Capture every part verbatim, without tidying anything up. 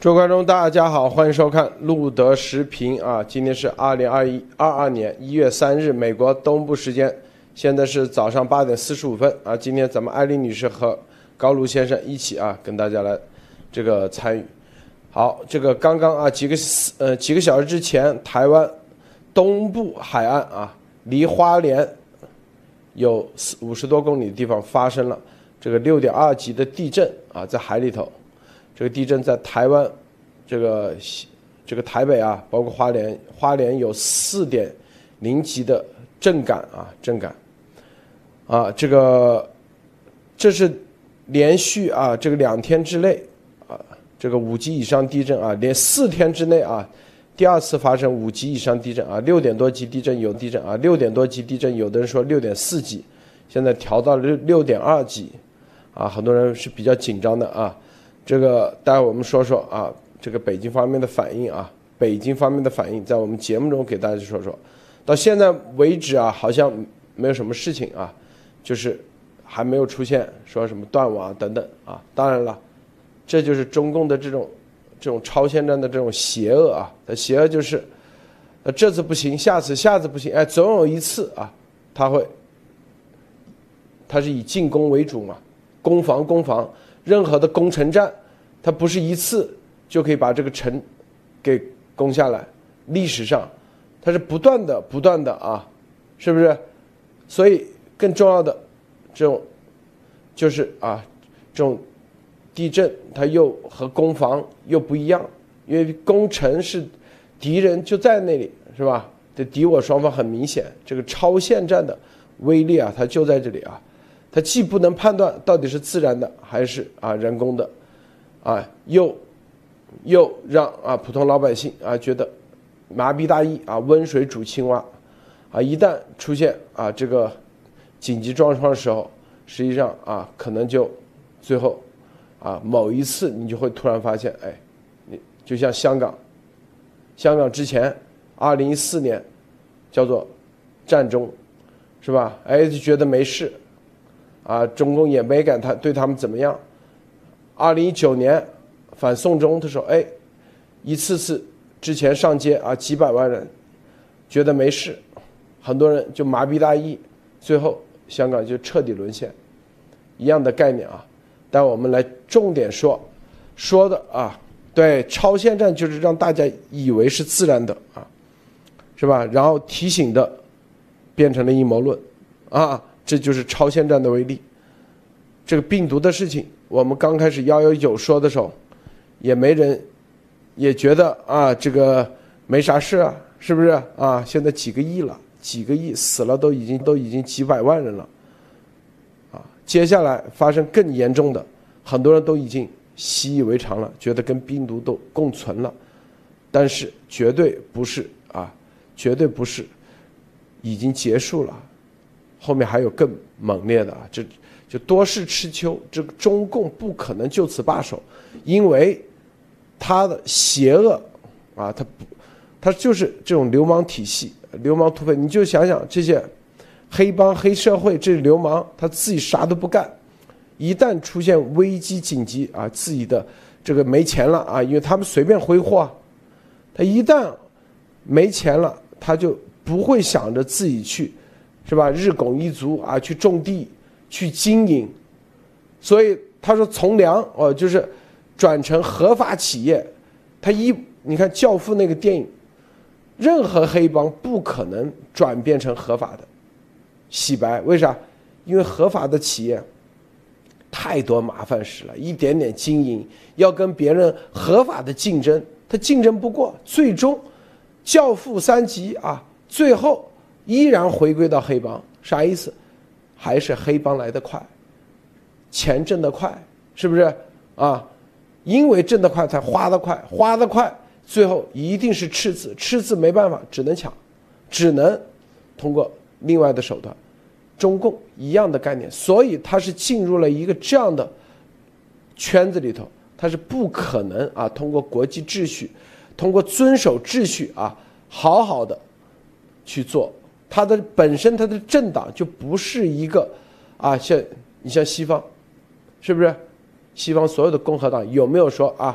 诸位观众，大家好，欢迎收看路德时评啊。今天是二零二一二二年一月三日，美国东部时间，现在是早上八点四十五分啊。今天咱们艾丽女士和高卢先生一起啊，跟大家来这个参与。好，这个刚刚啊几个呃几个小时之前，台湾东部海岸啊，离花莲有五十多公里的地方发生了这个六点二级的地震啊，在海里头。这个地震在台湾，这个这个台北啊，包括花莲，花莲有四点零级的震感啊，震感，啊，这个这是连续啊，这个两天之内啊，这个五级以上地震啊，连四天之内啊，第二次发生五级以上地震啊，六点多级地震有地震啊，六点多级地震，有的人说六点四级，现在调到了六六点二级，啊，很多人是比较紧张的啊。这个待会我们说说啊，这个北京方面的反应啊，北京方面的反应，在我们节目中给大家说说。到现在为止啊，好像没有什么事情啊，就是还没有出现说什么断网等等啊。当然了，这就是中共的这种这种超限战的这种邪恶啊。它邪恶就是，呃，这次不行，下次下次不行，哎，总有一次啊，他会，他是以进攻为主嘛，攻防攻防。任何的攻城战，它不是一次就可以把这个城给攻下来，历史上它是不断的不断的啊，是不是？所以更重要的这种就是啊，这种地震它又和攻防又不一样，因为攻城是敌人就在那里，是吧？这敌我双方很明显，这个超限战的威力啊，它就在这里啊。它既不能判断到底是自然的还是啊人工的，啊又又让啊普通老百姓啊觉得麻痹大意啊，温水煮青蛙，啊一旦出现啊这个紧急状况的时候，实际上啊可能就最后啊某一次你就会突然发现，哎，你就像香港，香港之前二零一四年叫做战中，是吧？哎就觉得没事。啊，中共也没敢他对他们怎么样。二零一九年反送中的时候，哎，一次次之前上街啊，几百万人觉得没事，很多人就麻痹大意，最后香港就彻底沦陷，一样的概念啊。但我们来重点说说的啊，对，超限战就是让大家以为是自然的啊，是吧？然后提醒的变成了阴谋论啊。这就是超限战的威力。这个病毒的事情，我们刚开始幺幺九说的时候，也没人也觉得啊，这个没啥事啊，是不是啊？现在几个亿了，几个亿死了都已经都已经几百万人了，啊，接下来发生更严重的，很多人都已经习以为常了，觉得跟病毒都共存了，但是绝对不是啊，绝对不是已经结束了。后面还有更猛烈的啊，这就多事吃秋，这个中共不可能就此罢手，因为他的邪恶啊，他不，他就是这种流氓体系、流氓土匪。你就想想这些黑帮、黑社会，这流氓他自己啥都不干，一旦出现危机紧急啊，自己的这个没钱了啊，因为他们随便挥霍啊，他一旦没钱了，他就不会想着自己去。是吧？日拱一卒啊，去种地，去经营，所以他说从良哦，就是转成合法企业。他一你看《教父》那个电影，任何黑帮不可能转变成合法的，洗白。为啥？因为合法的企业太多麻烦事了，一点点经营要跟别人合法的竞争，他竞争不过，最终《教父》三集啊，最后。依然回归到黑帮，啥意思？还是黑帮来得快，钱挣得快，是不是啊？因为挣得快才花得快，花得快，最后一定是赤字，赤字没办法，只能抢，只能通过另外的手段。中共一样的概念，所以它是进入了一个这样的圈子里头，它是不可能啊，通过国际秩序，通过遵守秩序啊，好好的去做。它的本身它的政党就不是一个啊，像你像西方，是不是？西方所有的共和党有没有说啊，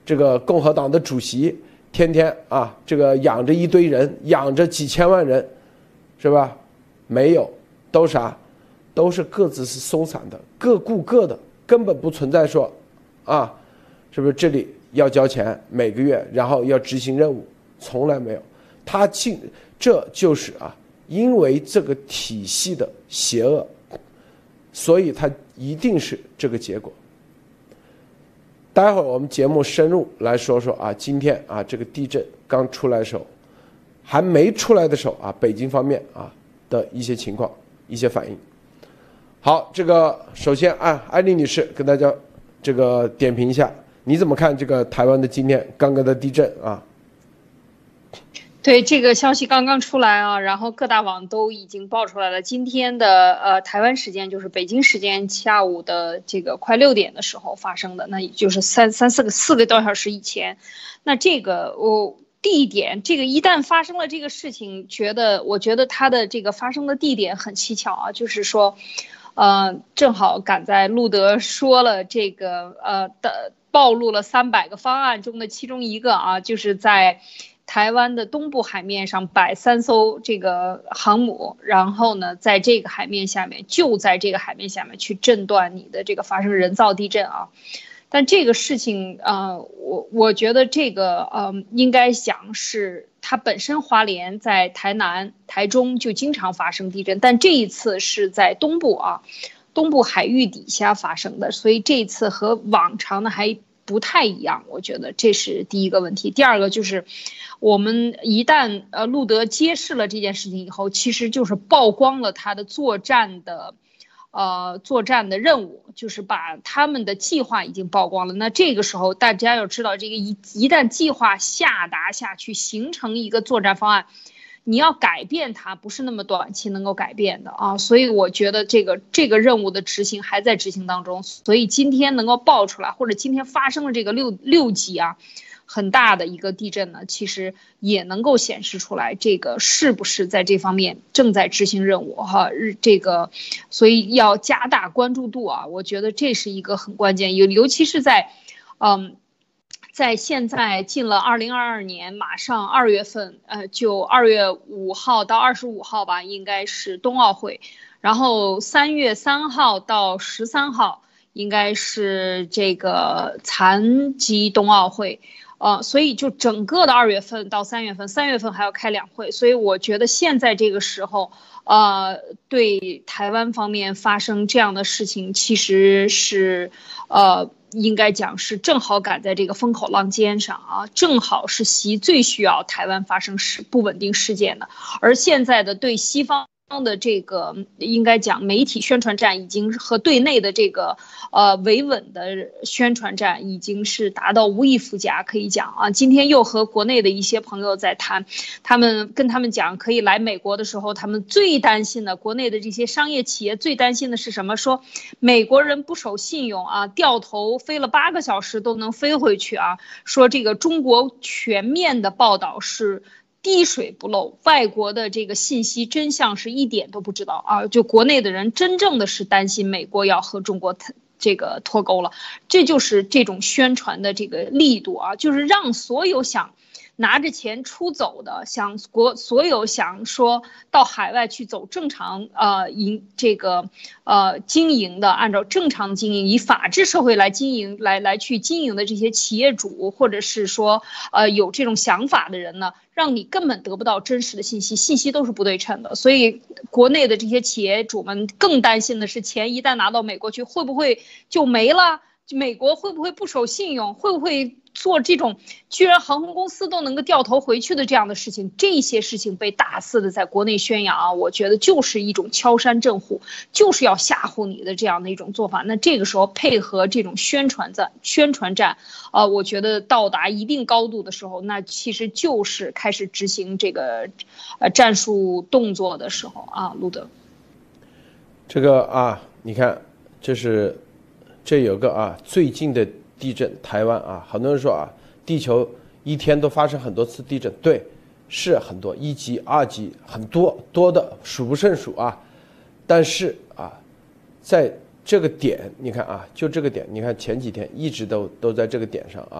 这个共和党的主席天天啊，这个养着一堆人，养着几千万人，是吧？没有，都啥？都是各自是松散的，各顾各的，根本不存在说，啊，是不是这里要交钱每个月，然后要执行任务，从来没有。他进，这就是啊，因为这个体系的邪恶，所以他一定是这个结果。待会儿我们节目深入来说说啊，今天啊这个地震刚出来的时候，还没出来的时候啊，北京方面啊的一些情况、一些反应。好，这个首先啊，艾丽女士跟大家这个点评一下，你怎么看这个台湾的今天刚刚的地震啊？ 对，这个消息刚刚出来啊，然后各大网都已经爆出来了。今天的呃台湾时间就是北京时间下午的这个快六点的时候发生的，那也就是三三四个四个多小时以前。那这个我地点，这个一旦发生了这个事情，觉得我觉得它的这个发生的地点很蹊跷啊，就是说，呃，正好赶在路德说了这个呃的暴露了三百个方案中的其中一个啊，就是在台湾的东部海面上摆三艘这个航母，然后呢，在这个海面下面，就在这个海面下面去震断你的这个发生人造地震啊。但这个事情，呃，我我觉得这个，呃，应该讲是它本身花莲在台南、台中就经常发生地震，但这一次是在东部啊，东部海域底下发生的，所以这一次和往常的还不太一样，我觉得这是第一个问题。第二个就是，我们一旦呃路德揭示了这件事情以后，其实就是曝光了他的作战的。呃，作战的任务就是把他们的计划已经曝光了。那这个时候，大家要知道，这个一一旦计划下达下去，形成一个作战方案，你要改变它，不是那么短期能够改变的啊。所以我觉得这个这个任务的执行还在执行当中。所以今天能够爆出来，或者今天发生了这个六六级啊。很大的一个地震呢，其实也能够显示出来，这个是不是在这方面正在执行任务哈？这个，所以要加大关注度啊！我觉得这是一个很关键，尤尤其是在，嗯，在现在进了二零二二年，马上二月份，呃，就二月五号到二十五号吧，应该是冬奥会，然后三月三号到十三号应该是这个残疾冬奥会。呃，所以就整个的二月份到三月份，三月份还要开两会，所以我觉得现在这个时候，呃，对台湾方面发生这样的事情，其实是，呃，应该讲是正好赶在这个风口浪尖上啊，正好是习最需要台湾发生事不稳定事件的，而现在的对西方的这个应该讲媒体宣传战已经和对内的这个呃维稳的宣传战已经是达到无以复加，可以讲啊。今天又和国内的一些朋友在谈，他们跟他们讲可以来美国的时候，他们最担心的国内的这些商业企业最担心的是什么？说美国人不守信用啊，掉头飞了八个小时都能飞回去啊。说这个中国全面的报道是滴水不漏，外国的这个信息真相是一点都不知道啊！就国内的人真正的是担心美国要和中国这个脱钩了，这就是这种宣传的这个力度啊，就是让所有想拿着钱出走的，想国所有想说到海外去走正常呃营这个呃经营的，按照正常经营以法治社会来经营来来去经营的这些企业主，或者是说呃有这种想法的人呢，让你根本得不到真实的信息，信息都是不对称的。所以国内的这些企业主们更担心的是，钱一旦拿到美国去，会不会就没了？美国会不会不守信用？会不会做这种居然航空公司都能够掉头回去的这样的事情？这些事情被大肆的在国内宣扬啊，我觉得就是一种敲山震虎，就是要吓唬你的这样的一种做法。那这个时候配合这种宣传战，宣传战，呃，我觉得到达一定高度的时候，那其实就是开始执行这个呃战术动作的时候啊，路德。 这个啊，你看，这是。这有个啊，最近的地震，台湾啊，很多人说啊，地球一天都发生很多次地震，对，是很多，一级、二级，很多多的数不胜数啊。但是啊，在这个点，你看啊，就这个点，你看前几天一直都都在这个点上啊，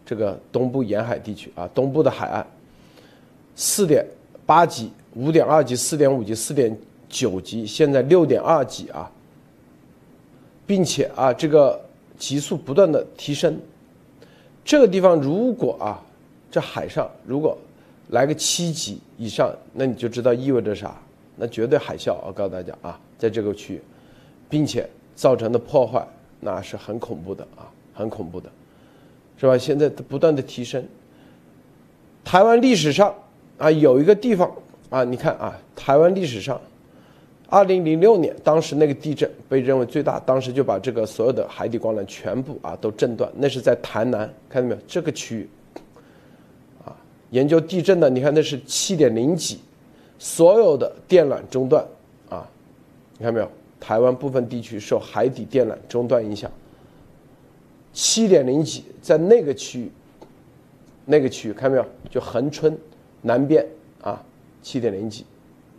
这个东部沿海地区啊，东部的海岸，四点八级、五点二级、四点五级、四点九级，现在六点二级啊，并且啊，这个级数不断的提升。这个地方如果啊，这海上如果来个七级以上，那你就知道意味着啥？那绝对海啸！我告诉大家啊，在这个区域，并且造成的破坏那是很恐怖的啊，很恐怖的，是吧？现在不断的提升。台湾历史上啊，有一个地方啊，你看啊，台湾历史上，二零零六年当时那个地震被认为最大，当时就把这个所有的海底光缆全部啊都震断，那是在台南，看到没有？这个区域。研究地震的，你看那是七点零级，所有的电缆中断啊，你看没有？台湾部分地区受海底电缆中断影响，七点零级在那个区域，那个区域看没有？就恒春南边啊，七点零级，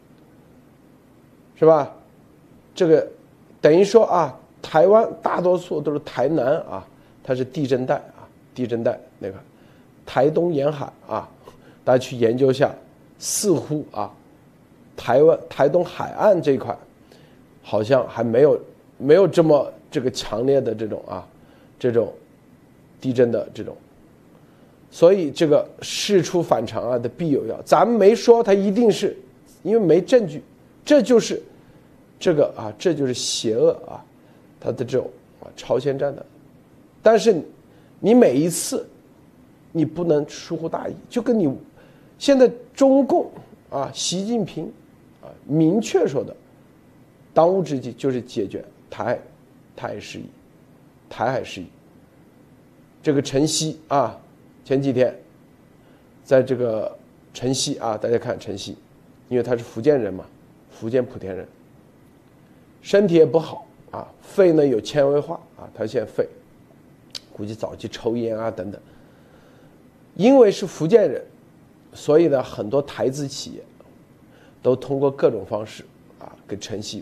是吧？这个等于说啊，台湾大多数都是台南啊，它是地震带啊，地震带那个台东沿海啊。大家去研究一下，似乎啊，台湾台东海岸这一块，好像还没有没有这么这个强烈的这种啊，这种地震的这种，所以这个事出反常啊的必有妖，咱们没说它一定是，因为没证据，这就是这个啊，这就是邪恶啊，它的这种啊超限战的，但是你每一次你不能疏忽大意，就跟你。现在中共啊，习近平啊，明确说的，当务之急就是解决台海台海事宜，台海事宜。这个陈希啊，前几天在这个陈希啊，大家看陈希，因为他是福建人嘛，福建莆田人，身体也不好啊，肺呢有纤维化啊，他现在肺估计早期抽烟啊等等，因为是福建人。所以呢，很多台资企业都通过各种方式啊，跟陈希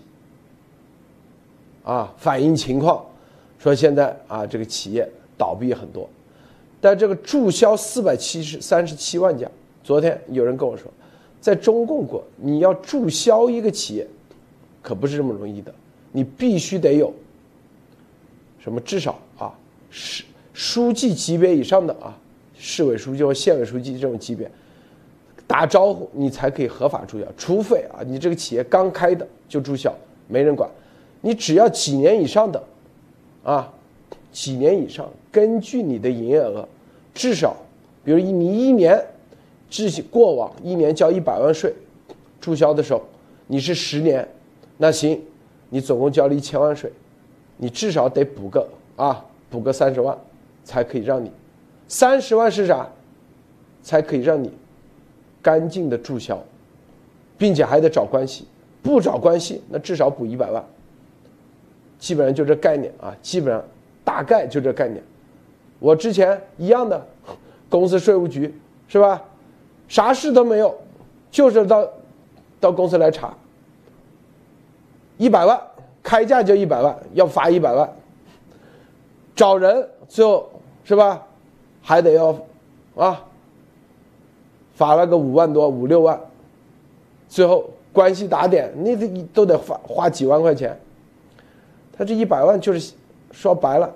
啊反映情况，说现在啊这个企业倒闭很多，但这个注销四百七十三十七万家。昨天有人跟我说，在中共国你要注销一个企业，可不是这么容易的，你必须得有什么至少啊市书记级别以上的啊市委书记或县委书记这种级别。打招呼你才可以合法注销，除非啊你这个企业刚开的就注销，没人管。你只要几年以上的，啊，几年以上，根据你的营业额，至少，比如你一年，之前过往一年交一百万税，注销的时候你是十年，那行，你总共交了一千万税，你至少得补个啊补个三十万，才可以让你，三十万是啥？才可以让你。干净的注销，并且还得找关系，不找关系那至少补一百万，基本上就这概念啊，基本上大概就这概念。我之前一样的，公司税务局是吧，啥事都没有，就是到到公司来查，一百万开价就一百万，要罚一百万，找人最后是吧，还得要啊。罚了个五万多五六万，最后关系打点，你得都得花花几万块钱。他这一百万就是说白了，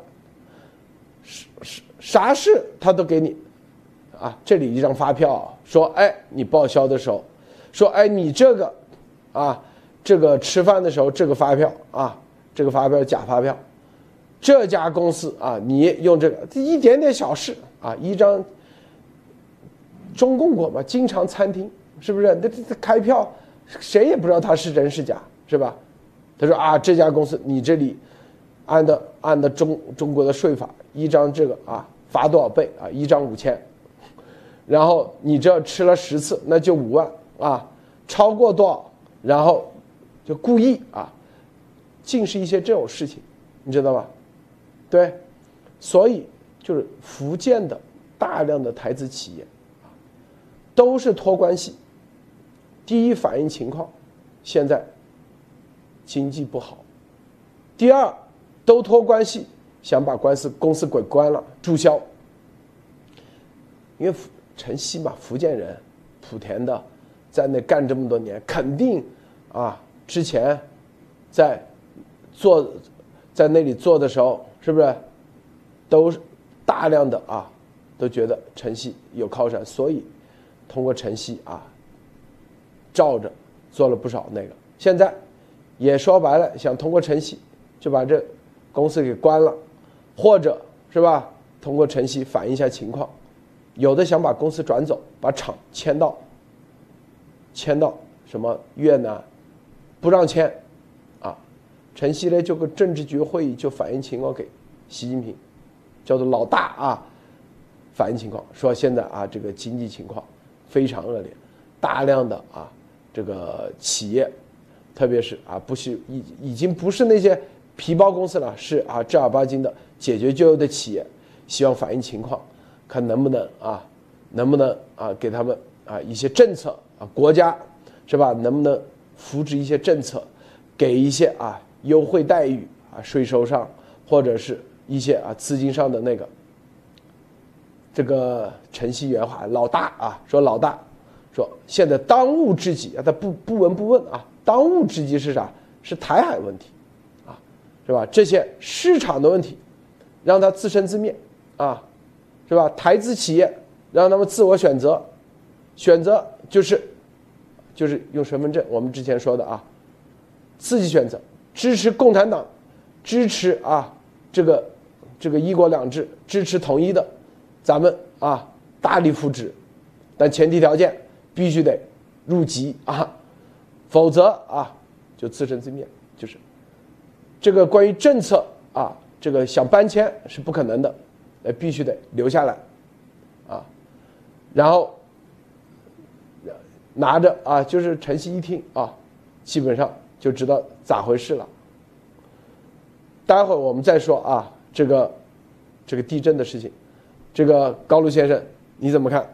啥事他都给你，啊，这里一张发票，说哎你报销的时候，说哎你这个，啊这个吃饭的时候这个发票啊这个发票假发票，这家公司啊你用这个一点点小事啊一张。中共国嘛，经常餐厅是不是？那这开票，谁也不知道他是真是假，是吧？他说啊，这家公司你这里按的按的中中国的税法，一张这个啊罚多少倍啊？一张五千，然后你这吃了十次，那就五万啊，超过多少，然后就故意啊，尽是一些这种事情，你知道吧？对，所以就是福建的大量的台资企业。都是托关系，第一反映情况，现在经济不好；第二，都托关系，想把官司公司给关了，注销。 因为晨曦嘛，福建人，莆田的，在那干这么多年，肯定啊，之前在做在那里做的时候，是不是都是大量的啊，都觉得晨曦有靠山，所以通过晨曦啊，照着做了不少那个。现在也说白了，想通过晨曦就把这公司给关了，或者是吧，通过晨曦反映一下情况。有的想把公司转走，把厂迁到迁到什么越南，不让迁啊。晨曦呢就个政治局会议就反映情况给习近平，叫做老大啊，反映情况说现在啊这个经济情况非常恶劣，大量的啊这个企业，特别是啊不是已已经不是那些皮包公司了，是啊正儿八经的解决就业的企业，希望反映情况。看能不能啊，能不能啊给他们啊一些政策啊，国家是吧？能不能扶植一些政策，给一些啊优惠待遇啊，税收上或者是一些啊资金上的那个。这个晨曦原话，老大啊说老大说现在当务之急啊，他不不闻不问啊，当务之急是啥？是台海问题啊，是吧？这些市场的问题，让他自生自灭啊。是吧？台资企业让他们自我选择，选择就是就是用身份证，我们之前说的啊，自己选择，支持共产党，支持啊这个这个一国两制，支持统一的，咱们啊大力扶持，但前提条件必须得入籍啊，否则啊就自生自灭。就是这个关于政策啊，这个想搬迁是不可能的。呃，必须得留下来，啊，然后拿着啊，就是晨曦一听啊，基本上就知道咋回事了。待会儿我们再说啊，这个这个地震的事情，这个高卢先生你怎么看？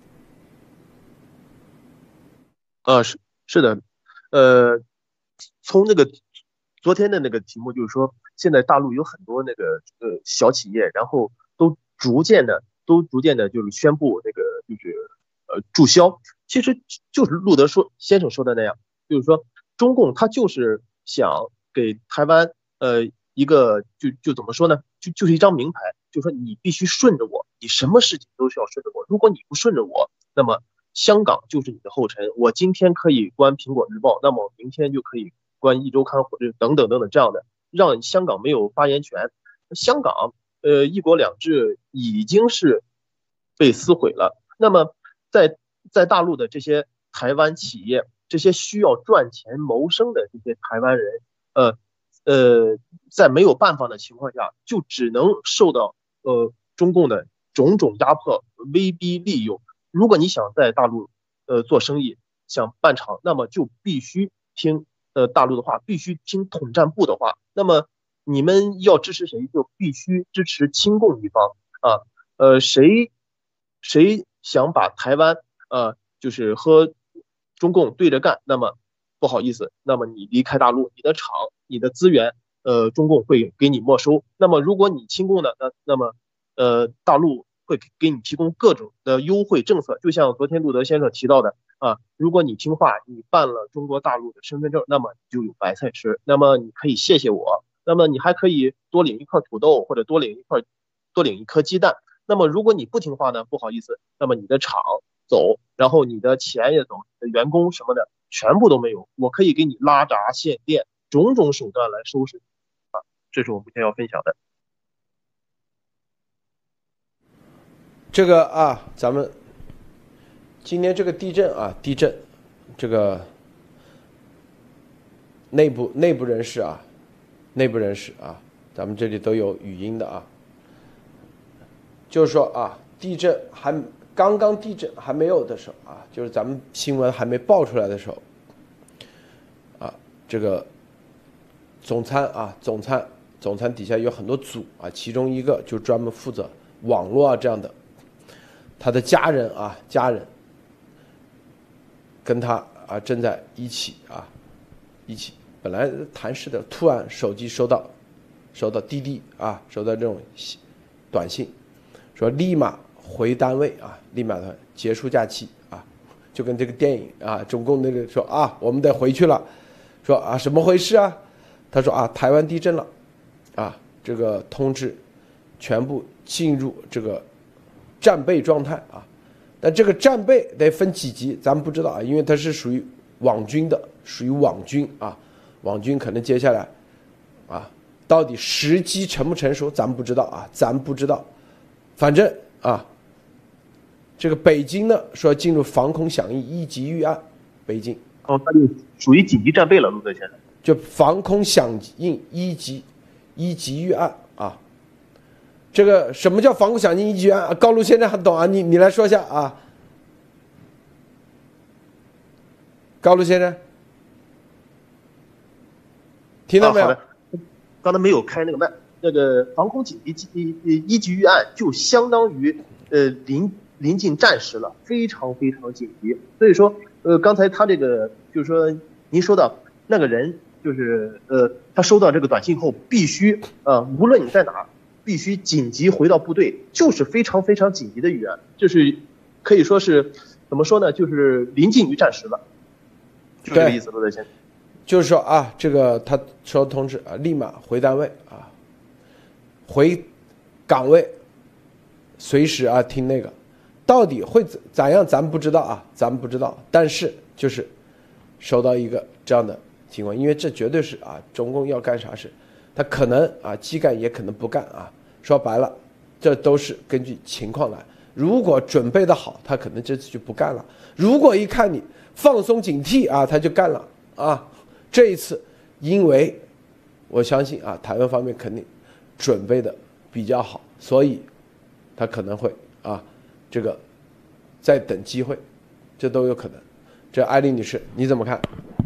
呃，是是的，呃，从那个昨天的那个题目就是说，现在大陆有很多那个呃小企业，然后都逐渐的都逐渐的就是宣布那个就是呃注销。其实就是路德说先生说的那样，就是说中共他就是想给台湾呃一个就就怎么说呢，就就是一张名牌，就是说你必须顺着我，你什么事情都需要顺着我，如果你不顺着我，那么香港就是你的后尘。我今天可以关苹果日报，那么明天就可以关一周刊或者等等等等这样的，让香港没有发言权。香港呃一国两制已经是被撕毁了。那么在在大陆的这些台湾企业，这些需要赚钱谋生的这些台湾人，呃呃，在没有办法的情况下，就只能受到呃中共的种种压迫、威逼利诱。如果你想在大陆呃做生意，想办厂，那么就必须听呃大陆的话，必须听统战部的话。那么你们要支持谁，就必须支持亲共一方啊。呃，谁谁想把台湾呃就是和中共对着干，那么不好意思，那么你离开大陆，你的厂、你的资源，呃，中共会给你没收。那么如果你亲共的，那那么呃大陆会给你提供各种的优惠政策，就像昨天路德先生提到的啊，如果你听话，你办了中国大陆的身份证，那么你就有白菜吃，那么你可以谢谢我，那么你还可以多领一块土豆或者多领一块多领一颗鸡蛋。那么如果你不听话呢，不好意思，那么你的厂走，然后你的钱也走，你的员工什么的全部都没有，我可以给你拉闸限电，种种手段来收拾啊，这是我目前要分享的。 这个啊，咱们今天这个地震啊，地震，这个内部内部人士啊，内部人士啊，咱们这里都有语音的啊，就是说啊，地震还刚刚地震还没有的时候啊，就是咱们新闻还没爆出来的时候，啊，这个总参啊，总参总参底下有很多组啊，其中一个就专门负责网络啊这样的。他的家人啊，家人跟他啊正在一起啊，一起本来谈事的，突然手机收到收到滴滴啊，收到这种短信，说立马回单位啊，立马的结束假期啊，就跟这个电影啊，中共那个说啊，我们得回去了，说啊什么回事啊？他说啊，台湾地震了，啊，这个通知全部进入这个战备状态啊。但这个战备得分几级，咱们不知道啊，因为它是属于网军的，属于网军啊，网军可能接下来啊，到底时机成不成熟，咱们不知道啊，咱们不知道。反正啊，这个北京呢说进入防空响应一级预案，北京哦，那就属于紧急战备了，陆德先生。 就防空响应一级一级预案啊。这个什么叫防空响应一级预案？高卢先生很懂啊，你你来说一下啊。高卢先生，听到没有？ 啊、好的，刚才没有开那个麦。那个防空紧急一一级预案就相当于呃临临近战时了，非常非常紧急。所以说，呃，刚才他这个就是说，您说到那个人，就是呃，他收到这个短信后，必须呃，无论你在哪儿，必须紧急回到部队，就是非常非常紧急的预案，就是可以说是怎么说呢，就是临近于战时了，就这个意思，陆德先生。 就是说啊，这个他收通知啊，立马回单位啊。回岗位，随时啊听那个，到底会怎咋样，咱们不知道啊，咱们不知道。但是就是收到一个这样的情况，因为这绝对是啊，中共要干啥事，他可能啊既干也可能不干啊。说白了，这都是根据情况来。如果准备的好，他可能这次就不干了；如果一看你放松警惕啊，他就干了啊。这一次，因为我相信啊，台湾方面肯定准备的比较好，所以他可能会啊，这个再等机会，这都有可能。这艾丽女士你怎么看？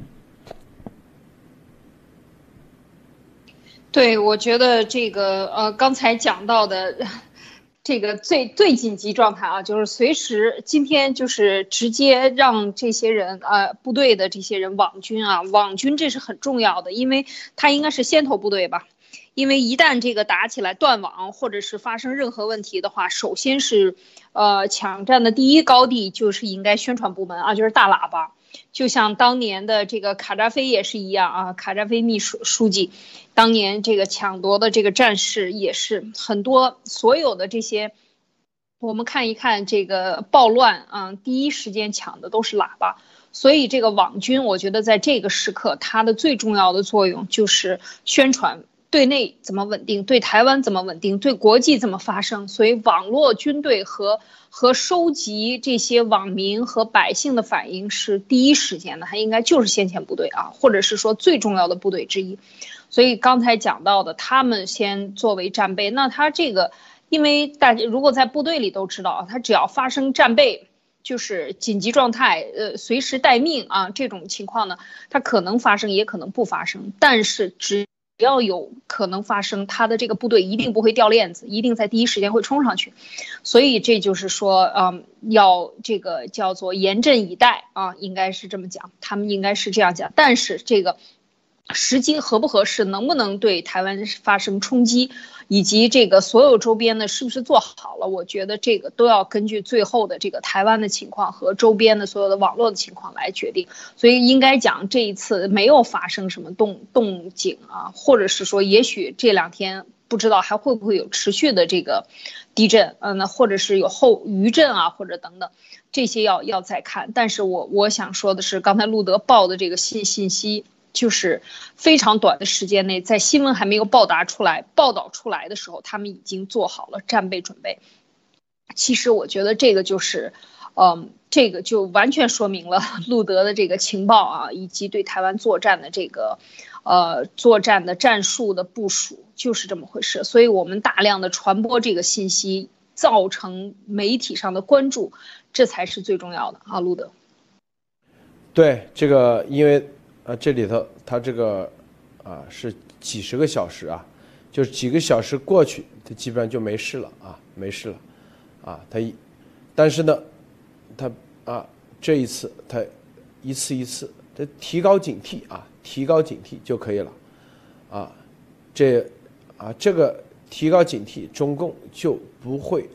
对，我觉得这个呃，刚才讲到的这个最最紧急状态啊，就是随时今天就是直接让这些人呃部队的这些人网军啊，网军这是很重要的，因为他应该是先头部队吧。因为一旦这个打起来断网，或者是发生任何问题的话，首先是，呃，抢占的第一高地就是应该宣传部门啊，就是大喇叭。就像当年的这个卡扎菲也是一样啊，卡扎菲秘书书记，当年这个抢夺的这个战事也是很多，所有的这些，我们看一看这个暴乱啊，第一时间抢的都是喇叭。所以这个网军，我觉得在这个时刻，它的最重要的作用就是宣传。对内怎么稳定，对台湾怎么稳定，对国际怎么发声，所以网络军队和和收集这些网民和百姓的反应是第一时间的，它应该就是先遣部队啊，或者是说最重要的部队之一。所以刚才讲到的，他们先作为战备，那他这个，因为大家如果在部队里都知道，他只要发生战备。就是紧急状态，呃，随时待命啊，这种情况呢，它可能发生，也可能不发生，但是只要有可能发生，他的这个部队一定不会掉链子，一定在第一时间会冲上去。所以这就是说，嗯，要这个叫做严阵以待啊，应该是这么讲，他们应该是这样讲。但是这个时机合不合适，能不能对台湾发生冲击，以及这个所有周边的是不是做好了，我觉得这个都要根据最后的这个台湾的情况和周边的所有的网络的情况来决定。所以应该讲这一次没有发生什么动动静啊，或者是说也许这两天不知道还会不会有持续的这个地震，嗯、呃，那或者是有后余震啊，或者等等，这些要要再看。但是我我想说的是，刚才路德报的这个信信息。就是非常短的时间内，在新闻还没有报答出来、报道出来的时候，他们已经做好了战备准备。其实我觉得这个就是，嗯，这个就完全说明了路德的这个情报啊，以及对台湾作战的这个，呃，作战的战术的部署，就是这么回事。所以我们大量的传播这个信息，造成媒体上的关注，这才是最重要的啊，路德。 对这个，因为。啊，这里头它这个啊是几十个小时啊，就是几个小时过去，它基本上就没事了啊，没事了，啊，它一，但是呢，它啊这一次它一次一次，这提高警惕啊，提高警惕就可以了，啊，这啊这个提高警惕，中共就不会啊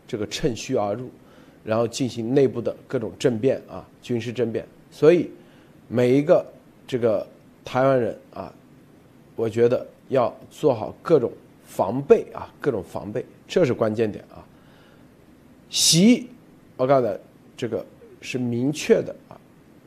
这个趁虚而入，然后进行内部的各种政变啊，军事政变。所以每一个这个台湾人啊，我觉得要做好各种防备啊，各种防备，这是关键点啊。习，我告诉你，这个是明确的啊，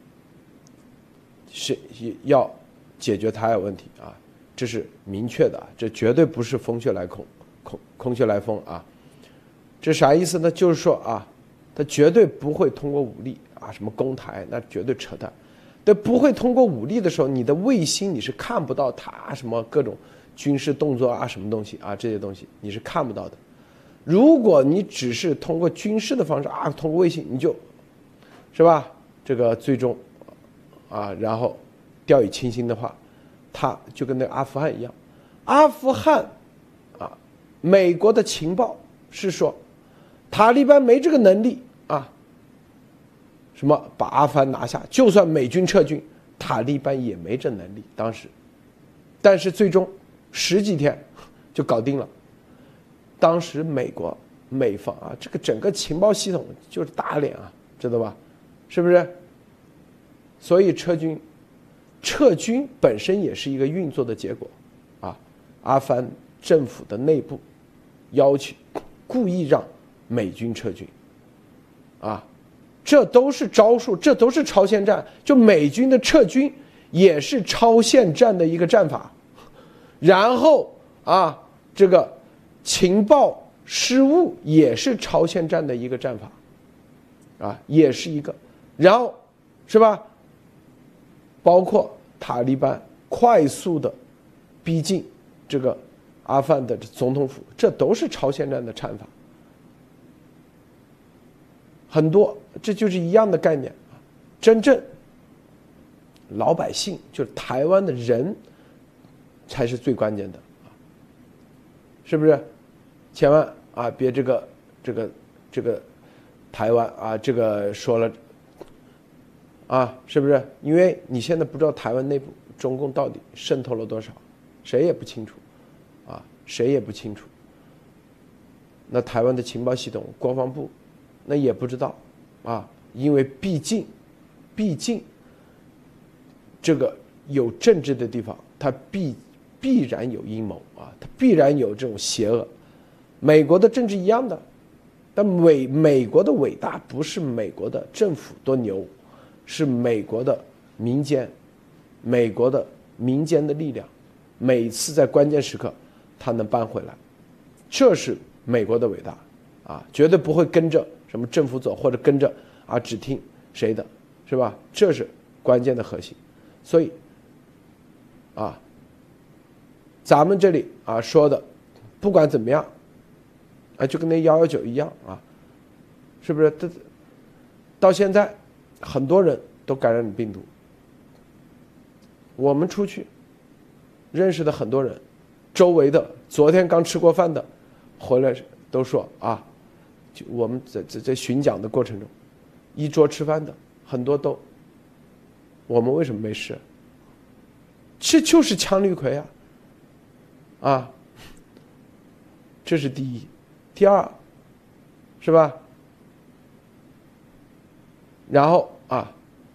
是要解决台海问题啊，这是明确的啊，这绝对不是空穴来空，空空穴来风啊。这啥意思呢？就是说啊，他绝对不会通过武力啊，什么攻台，那绝对扯淡。对，不会通过武力的时候，你的卫星你是看不到它什么各种军事动作啊，什么东西啊，这些东西你是看不到的。如果你只是通过军事的方式啊，通过卫星，你就，是吧？这个最终，啊，然后掉以轻心的话，他就跟那个阿富汗一样。阿富汗，啊，美国的情报是说，塔利班没这个能力啊，什么把阿富汗拿下，就算美军撤军，塔利班也没这能力。当时，但是最终十几天就搞定了。当时美国美方啊，这个整个情报系统就是打脸啊，知道吧？是不是？所以撤军，撤军本身也是一个运作的结果啊。阿富汗政府的内部要求，故意让美军撤军啊，这都是招数，这都是超限战。就美军的撤军也是超限战的一个战法，然后啊，这个情报失误也是超限战的一个战法，啊，也是一个，然后是吧？包括塔利班快速的逼近这个阿富汗的总统府，这都是超限战的战法。很多，这就是一样的概念。真正老百姓，就是台湾的人，才是最关键的，是不是？千万啊，别这个这个这个台湾啊，这个说了啊，是不是？因为你现在不知道台湾内部中共到底渗透了多少，谁也不清楚啊，谁也不清楚。那台湾的情报系统、国防部那也不知道啊，因为毕竟毕竟这个有政治的地方，它必必然有阴谋啊，它必然有这种邪恶。美国的政治一样的，但美美国的伟大不是美国的政府多牛，是美国的民间，美国的民间的力量，每次在关键时刻它能扳回来，这是美国的伟大啊，绝对不会跟着什么政府走，或者跟着啊只听谁的，是吧？这是关键的核心。所以啊，咱们这里啊说的，不管怎么样。啊，就跟那幺幺九一样啊，是不是？到到现在，很多人都感染了病毒。我们出去认识的很多人，周围的昨天刚吃过饭的，回来都说啊，就我们在在在巡讲的过程中，一桌吃饭的很多都，我们为什么没事？这就是羟氯喹啊，啊，这是第一。第二，是吧？然后啊，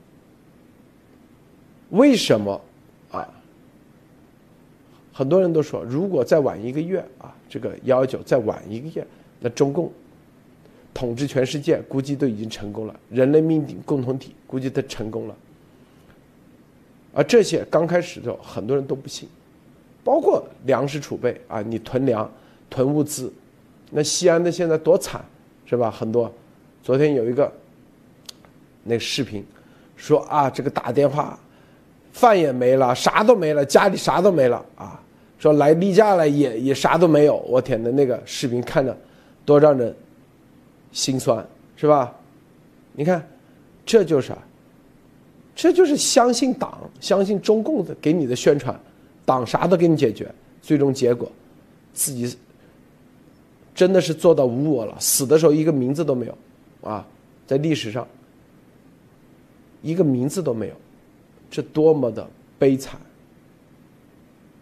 为什么啊？很多人都说，如果再晚一个月啊，这个幺幺九再晚一个月，那中共统治全世界估计都已经成功了，人类命运共同体估计都成功了。而这些刚开始的时候，很多人都不信，包括粮食储备啊，你囤粮、囤物资。那西安的现在多惨，是吧？很多，昨天有一个那视频，说啊，这个打电话，饭也没了，啥都没了，家里啥都没了啊。说来例假了也也啥都没有，我天的那个视频看着多让人心酸，是吧？你看，这就是啊，这就是相信党，相信中共的给你的宣传，党啥都给你解决，最终结果自己。真的是做到无我了，死的时候一个名字都没有，啊，在历史上一个名字都没有，这多么的悲惨！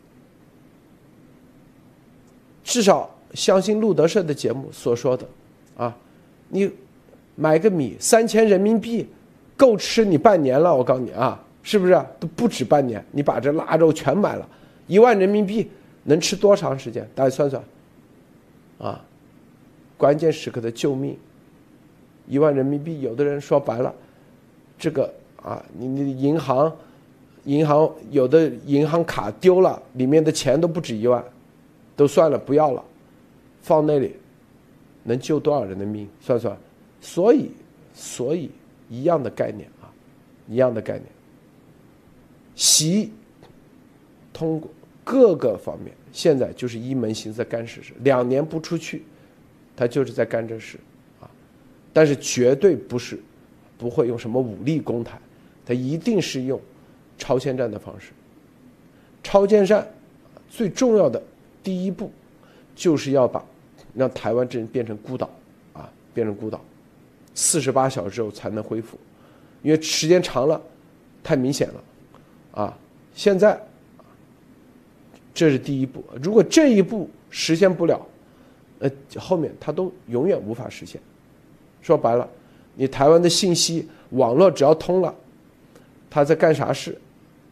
至少相信路德社的节目所说的， 啊，你买个米三千人民币，够吃你半年了，我告诉你啊，是不是都不止半年？你把这腊肉全买了，一万人民币能吃多长时间？大家算算，啊，关键时刻的救命，一万人民币，有的人说白了，这个啊，你你银行，银行有的银行卡丢了，里面的钱都不止一万，都算了，不要了，放那里，能救多少人的命？算算，所以所以一样的概念啊，一样的概念。习通过各个方面，现在就是一门心思在干实事，两年不出去，他就是在干这事啊。但是绝对不是不会用什么武力攻台，他一定是用超限战的方式。超限战最重要的第一步，就是要把让台湾真变成孤岛啊，变成孤岛，四十八小时之后才能恢复，因为时间长了太明显了啊。现在这是第一步，如果这一步实现不了，呃，后面它都永远无法实现。说白了，你台湾的信息网络只要通了，它在干啥事，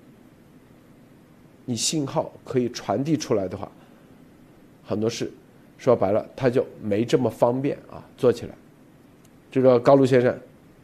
你信号可以传递出来的话，很多事说白了它就没这么方便啊，做起来。这个高路先生。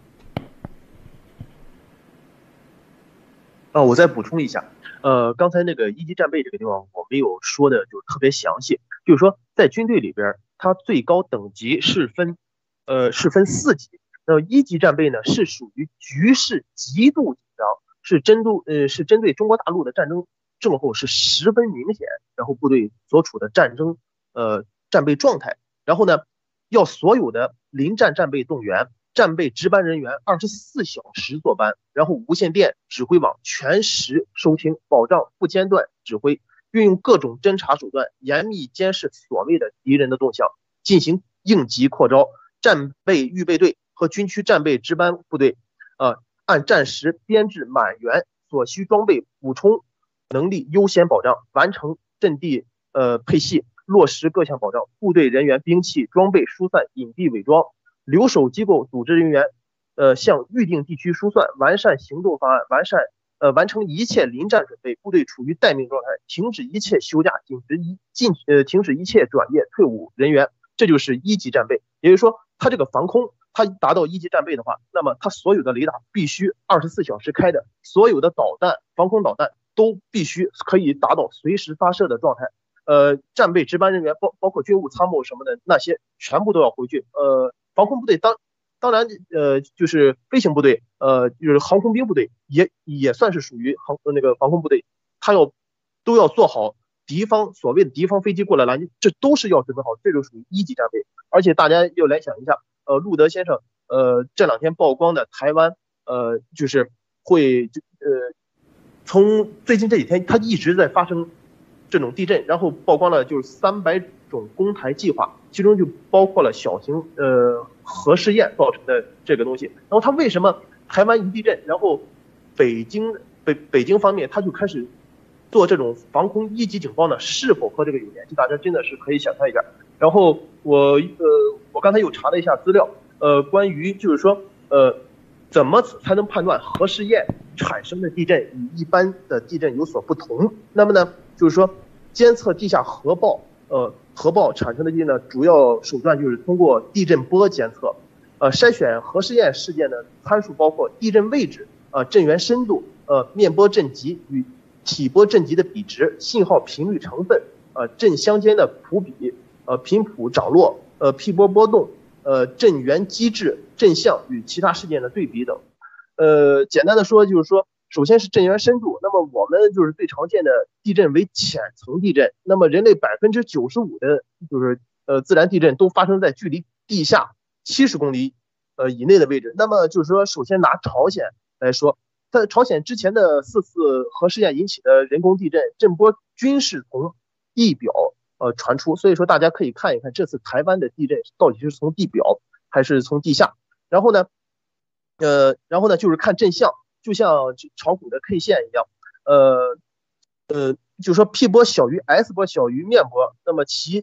啊，我再补充一下，呃，刚才那个一级战备这个地方我没有说的就特别详细，就是说在军队里边，它最高等级是分，呃，是分四级。那么一级战备呢，是属于局势极度紧张，是针对呃是针对中国大陆的战争症候是十分明显，然后部队所处的战争呃战备状态，然后呢，要所有的临战战备动员。战备值班人员二十四小时坐班，然后无线电指挥网全时收听，保障不间断指挥，运用各种侦察手段，严密监视所谓的敌人的动向，进行应急扩招。战备预备队和军区战备值班部队，呃，按战时编制满员，所需装备补充能力优先保障，完成阵地呃配系，落实各项保障。部队人员兵器装备疏散，隐蔽伪装。留守机构组织人员，呃，向预定地区疏散，完善行动方案，完善呃完成一切临战准备。部队处于待命状态，停止一切休假，禁止一禁呃停止一切转业退伍人员。这就是一级战备。也就是说，它这个防空，它达到一级战备的话，那么它所有的雷达必须二十四小时开的，所有的导弹、防空导弹都必须可以达到随时发射的状态。呃，战备值班人员包包括军务参谋什么的那些，全部都要回去。呃。防空部队当当然呃就是飞行部队，呃就是航空兵部队也也算是属于航那个防空部队，他要都要做好敌方所谓的敌方飞机过来拦截，这都是要准备好，这就属于一级战备。而且大家要来想一下，呃路德先生呃这两天曝光的台湾呃就是会呃从最近这几天他一直在发生这种地震，然后曝光了就是三百种攻台计划，其中就包括了小型呃核试验造成的这个东西。然后他为什么台湾一地震，然后北京北北京方面他就开始做这种防空一级警报呢？是否和这个有联系？大家真的是可以想象一下。然后我呃我刚才又查了一下资料，呃关于就是说呃怎么才能判断核试验产生的地震与一般的地震有所不同？那么呢，就是说监测地下核爆。呃，核爆产生的地震呢，主要手段就是通过地震波监测。呃，筛选核试验事件的参数包括地震位置、呃震源深度、呃面波震级与体波震级的比值、信号频率成分、呃震相间的谱比、呃频谱涨落、呃 P 波波动、呃震源机制、震向与其他事件的对比等。呃，简单的说就是说。首先是震源深度，那么我们就是最常见的地震为浅层地震，那么人类百分之九十五的就是呃自然地震都发生在距离地下七十公里呃以内的位置。那么就是说，首先拿朝鲜来说，在朝鲜之前的四次核试验引起的人工地震震波均是从地表呃传出，所以说大家可以看一看这次台湾的地震到底是从地表还是从地下。然后呢，呃，然后呢就是看震向。就像炒股的 K 线一样，呃呃，就是说 P 波小于 S 波小于面波，那么其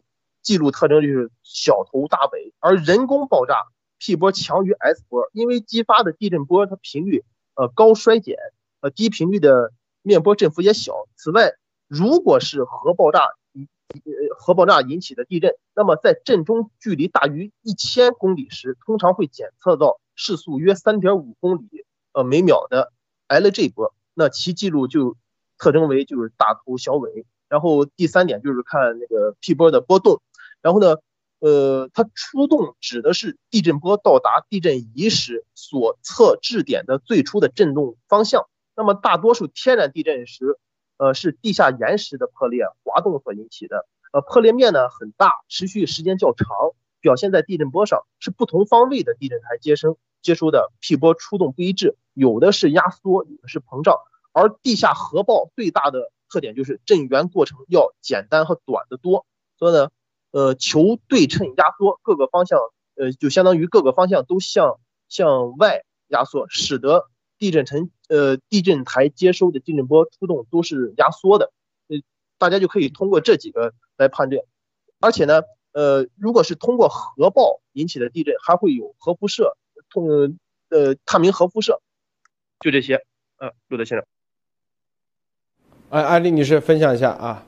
记录特征就是小头大尾，而人工爆炸 P 波强于 S 波，因为激发的地震波它频率呃高衰减，呃低频率的面波振幅也小。此外，如果是核爆炸呃核爆炸引起的地震，那么在震中距离大于一千公里时，通常会检测到时速约 三点五公里呃每秒的 L G 波，那其记录就特征为就是大头小尾。然后第三点就是看那个 P 波的波动，然后呢，呃，它出动指的是地震波到达地震仪时所测质点的最初的震动方向。那么大多数天然地震时，呃，是地下岩石的破裂、滑动所引起的，呃，破裂面呢很大，持续时间较长，表现在地震波上，是不同方位的地震台接生接收的 P 波出动不一致，有的是压缩，有的是膨胀，而地下核爆最大的特点就是震源过程要简单和短得多，所以呢，呃，求对称压缩，各个方向，呃，就相当于各个方向都向向外压缩，使得地震层呃地震台接收的地震波出动都是压缩的，呃，大家就可以通过这几个来判断。而且呢，呃，如果是通过核爆引起的地震，还会有核辐射，通呃探明核辐射，就这些。呃，陆德先生。 哎，艾丽女士分享一下啊。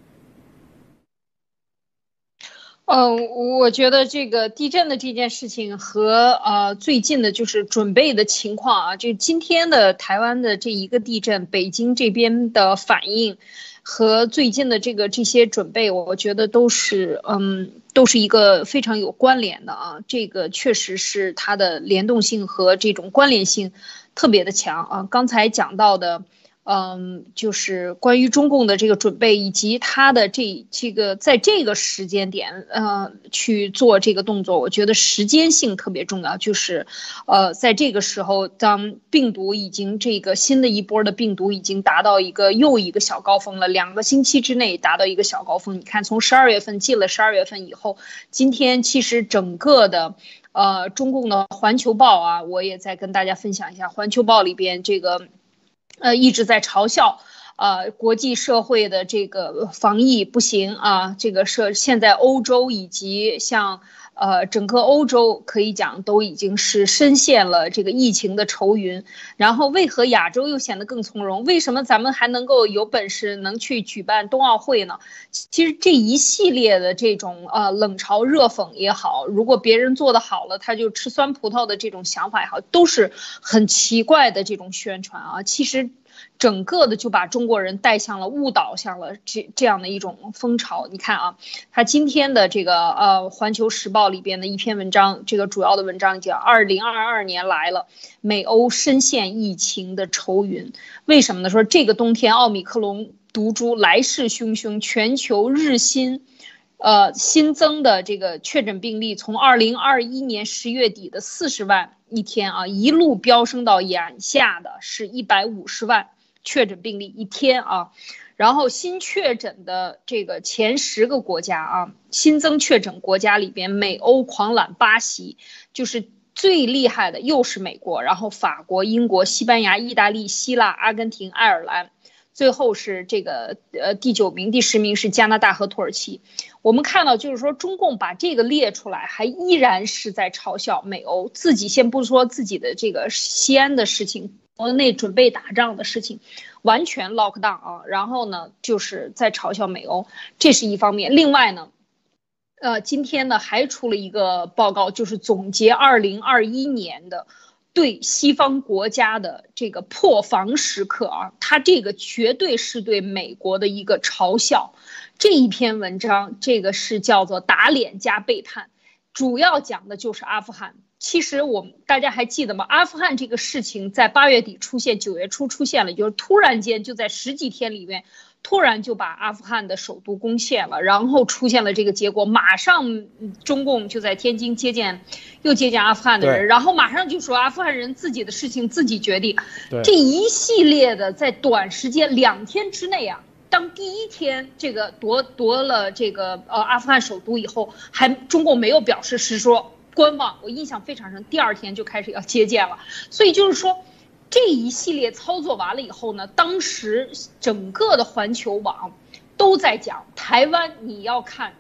嗯、呃，我觉得这个地震的这件事情和呃最近的就是准备的情况啊，就今天的台湾的这一个地震，北京这边的反应和最近的这个这些准备，我觉得都是嗯都是一个非常有关联的啊，这个确实是它的联动性和这种关联性特别的强啊。刚才讲到的。嗯，就是关于中共的这个准备，以及他的这这个在这个时间点，呃，去做这个动作，我觉得时间性特别重要。就是，呃，在这个时候，当病毒已经这个新的一波的病毒已经达到一个又一个小高峰了，两个星期之内达到一个小高峰。你看，从十二月份进了十二月份以后，今天其实整个的。呃，中共的《环球报》啊，我也再跟大家分享一下，《环球报》里边这个。呃，一直在嘲笑，呃，国际社会的这个防疫不行啊，这个是现在欧洲以及像呃整个欧洲可以讲都已经是深陷了这个疫情的愁云，然后为何亚洲又显得更从容？为什么咱们还能够有本事能去举办冬奥会呢？其实这一系列的这种呃冷嘲热讽也好，如果别人做得好了，他就吃酸葡萄的这种想法也好，都是很奇怪的这种宣传啊。其实。整个的就把中国人带向了误导向了这这样的一种风潮。你看啊，他今天的这个呃《环球时报》里边的一篇文章，这个主要的文章叫二零二二年来了，美欧深陷疫情的愁云。为什么呢？说这个冬天奥密克戎毒株来势汹汹，全球日新呃新增的这个确诊病例从二零二一年十月底的四十万一天啊，一路飙升到眼下的是一百五十万确诊病例一天啊。然后新确诊的这个前十个国家啊，新增确诊国家里边，美欧狂揽八席，就是最厉害的又是美国，然后法国、英国、西班牙、意大利、希腊、阿根廷、爱尔兰。最后是这个呃第九名、第十名是加拿大和土耳其。我们看到就是说，中共把这个列出来，还依然是在嘲笑美欧。自己先不说自己的这个西安的事情，国内准备打仗的事情，完全 lock down 啊。然后呢，就是在嘲笑美欧，这是一方面。另外呢，呃，今天呢还出了一个报告，就是总结二零二一年的。对西方国家的这个破防时刻啊，它这个绝对是对美国的一个嘲笑。这一篇文章，这个是叫做打脸加背叛，主要讲的就是阿富汗。其实我们大家还记得吗？阿富汗这个事情在八月底出现，九月初出现了，就是突然间就在十几天里面。突然就把阿富汗的首都攻陷了，然后出现了这个结果，马上中共就在天津接见，又接见阿富汗的人，然后马上就说阿富汗人自己的事情自己决定。这一系列的在短时间两天之内啊，当第一天这个夺夺了这个呃阿富汗首都以后，还中共没有表示是说观望，我印象非常深，第二天就开始要接见了，所以就是说。这一系列操作完了以后呢，当时整个的环球网都在讲台湾，你要看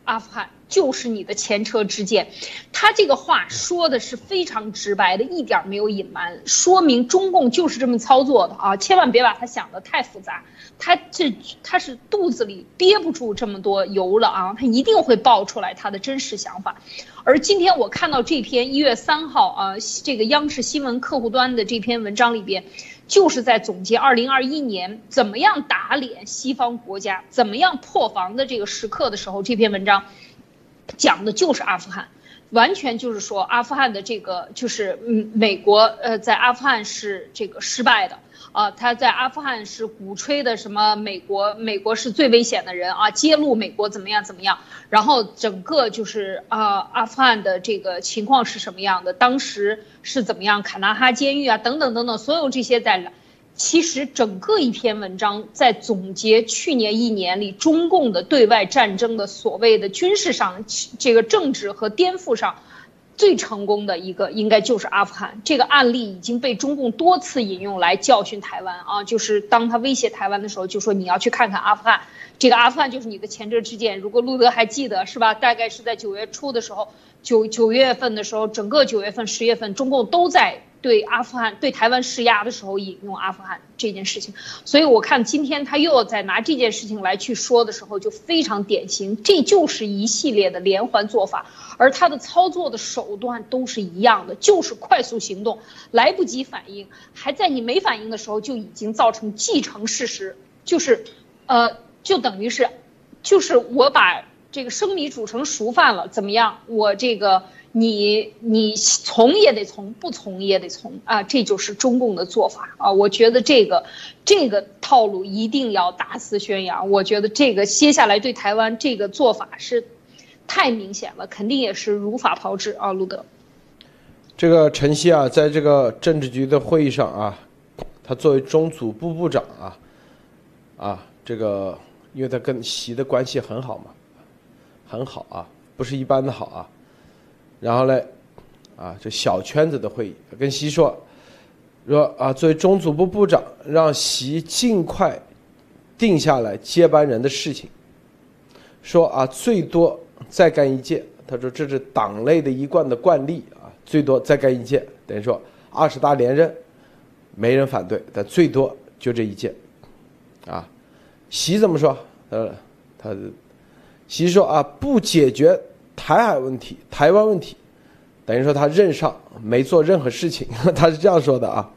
阿富汗就是你的前车之鉴。他这个话说的是非常直白的，一点没有隐瞒，说明中共就是这么操作的啊！千万别把他想的太复杂，他这他是肚子里憋不住这么多油了啊，他一定会爆出来他的真实想法。而今天我看到这篇一月三号啊，这个央视新闻客户端的这篇文章里边，就是在总结二零二一年怎么样打脸西方国家，怎么样破防的这个时刻的时候，这篇文章讲的就是阿富汗，完全就是说阿富汗的这个就是嗯，美国呃在阿富汗是这个失败的啊，他在阿富汗是鼓吹的什么美国美国是最危险的人啊，揭露美国怎么样怎么样，然后整个就是啊阿富汗的这个情况是什么样的，当时是怎么样，卡纳哈监狱啊等等等等，所有这些在。其实整个一篇文章在总结去年一年里中共的对外战争的所谓的军事上这个政治和颠覆上最成功的一个应该就是阿富汗。这个案例已经被中共多次引用来教训台湾啊，就是当他威胁台湾的时候就说你要去看看阿富汗，这个阿富汗就是你的前车之鉴。如果路德还记得是吧，大概是在九月初的时候，九九月份的时候，整个九月份十月份中共都在对阿富汗对台湾施压的时候引用阿富汗这件事情。所以我看今天他又在拿这件事情来去说的时候就非常典型，这就是一系列的连环做法，而他的操作的手段都是一样的，就是快速行动，来不及反应，还在你没反应的时候就已经造成既成事实，就是呃就等于是就是我把这个生米煮成熟饭了，怎么样，我这个你你从也得从，不从也得从啊，这就是中共的做法啊！我觉得这个这个套路一定要大肆宣扬。我觉得这个接下来对台湾这个做法是太明显了，肯定也是如法炮制啊！路德， 这个陈希啊，在这个政治局的会议上啊，他作为中组部部长啊，啊，这个因为他跟习的关系很好嘛，很好啊，不是一般的好啊。然后呢，啊，这小圈子的会议跟习说，说啊，作为中组部部长，让习尽快定下来接班人的事情。说啊，最多再干一届。他说这是党内的一贯的惯例啊，最多再干一届，等于说二十大连任，没人反对，但最多就这一届。啊，习怎么说？呃，他习说啊，不解决台海问题、台湾问题，等于说他任上没做任何事情，他是这样说的啊。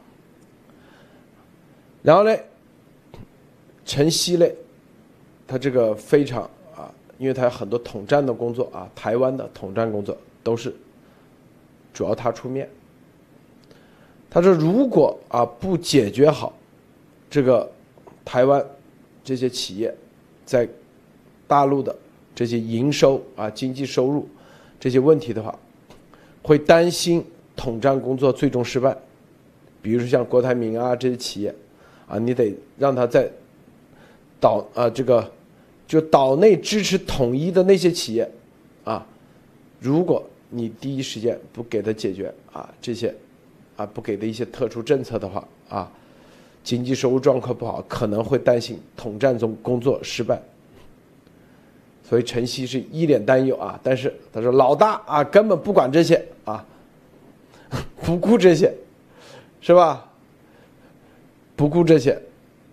然后呢，陈希嘞，他这个非常啊，因为他有很多统战的工作啊，台湾的统战工作都是主要他出面。他说，如果啊不解决好这个台湾这些企业在大陆的这些营收啊、经济收入这些问题的话，会担心统战工作最终失败。比如说像郭台铭啊这些企业啊，你得让他在岛啊这个就岛内支持统一的那些企业啊，如果你第一时间不给他解决啊这些啊不给的一些特殊政策的话啊，经济收入状况不好，可能会担心统战中工作失败。所以陈希是一脸担忧啊，但是他说老大啊根本不管这些啊，不顾这些，是吧？不顾这些，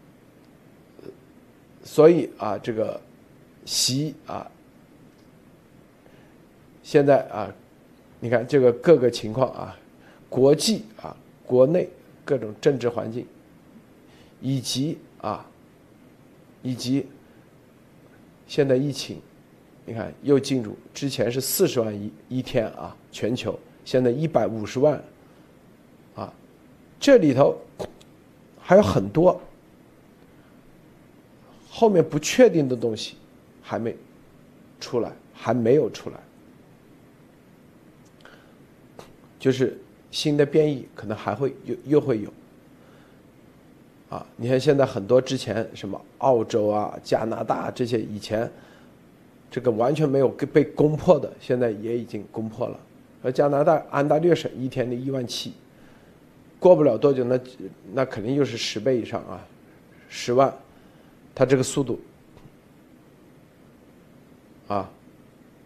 所以啊这个习啊，现在啊，你看这个各个情况啊，国际啊，国内各种政治环境，以及啊，以及现在疫情。你看，又进入之前是四十万一一天啊，全球现在一百五十万，啊，这里头还有很多后面不确定的东西还没出来，还没有出来，就是新的变异可能还会又又会有，啊，你看现在很多之前什么澳洲啊、加拿大这些以前。这个完全没有被攻破的，现在也已经攻破了。而加拿大安大略省一天的一万七，过不了多久，那那肯定又是十倍以上啊，十万，它这个速度啊，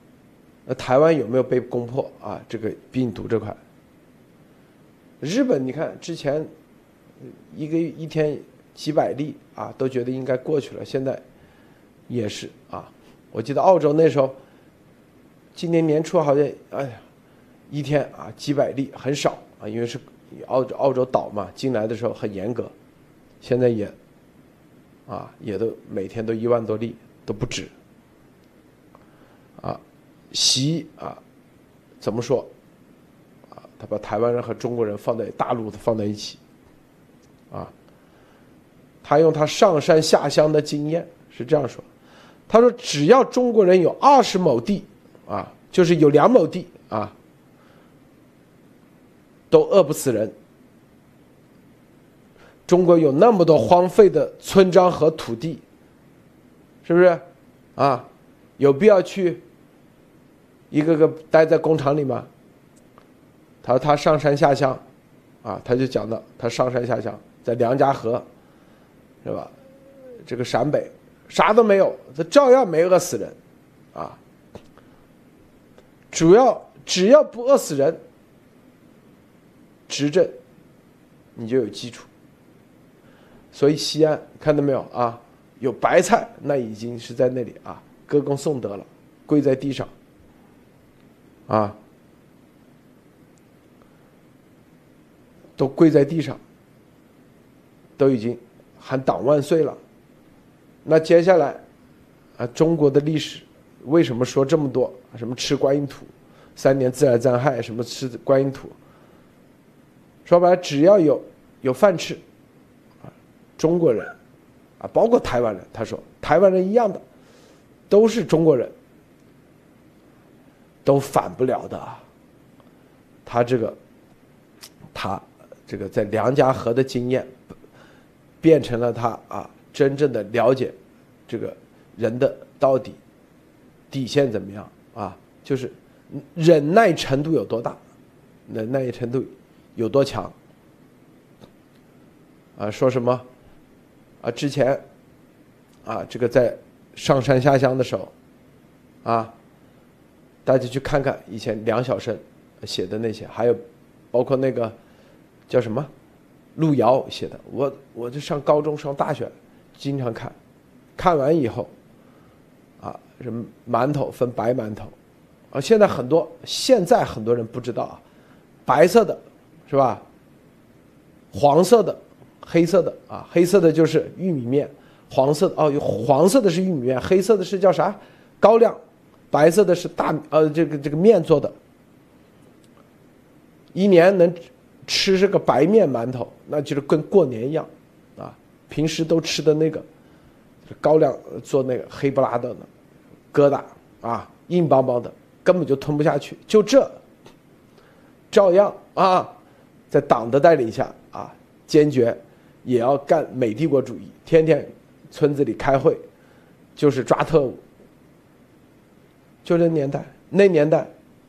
那台湾有没有被攻破啊？这个病毒这块，日本你看之前一个一天几百例啊，都觉得应该过去了，现在也是啊。我记得澳洲那时候，今年年初好像哎呀，一天啊几百例很少啊，因为是澳洲澳洲岛嘛，进来的时候很严格，现在也啊也都每天都一万多例都不止啊。习啊，怎么说啊？他把台湾人和中国人放在大陆放在一起啊，他用他上山下乡的经验是这样说，他说只要中国人有二十亩地啊，就是有两亩地啊，都饿不死人。中国有那么多荒废的村庄和土地，是不是啊？有必要去一个个待在工厂里吗？他说他上山下乡啊，他就讲到他上山下乡，在梁家河是吧？这个陕北啥都没有，他照样没饿死人啊。主要只要不饿死人，执政你就有基础。所以西安看到没有啊？有白菜，那已经是在那里啊，歌功颂德了，跪在地上啊，都跪在地上，都已经喊党万岁了。那接下来啊，中国的历史为什么说这么多？什么吃观音土，三年自然灾害，什么吃观音土？说白了，只要有有饭吃，啊，中国人啊，包括台湾人，他说台湾人一样的，都是中国人，都反不了的。他这个，他这个在梁家河的经验，变成了他啊真正的了解这个人的到底底线怎么样啊？就是忍耐程度有多大，忍耐程度有多强啊？说什么啊？之前啊，这个在上山下乡的时候啊，大家去看看以前梁晓声写的那些，还有包括那个叫什么路遥写的，我我就上高中上大学经常看，看完以后啊，什么馒头分白馒头啊，现在很多现在很多人不知道啊，白色的是吧？黄色的、黑色的啊，黑色的就是玉米面，黄色的哦，黄色的是玉米面，黑色的是叫啥？高粱，白色的是大呃这个这个面做的。一年能吃这个白面馒头，那就是跟过年一样啊！平时都吃的那个高粱做那个黑不拉的疙瘩啊，硬邦邦的，根本就吞不下去。就这，照样啊，在党的带领下啊，坚决也要干美帝国主义，天天村子里开会，就是抓特务。就这年代，那年代，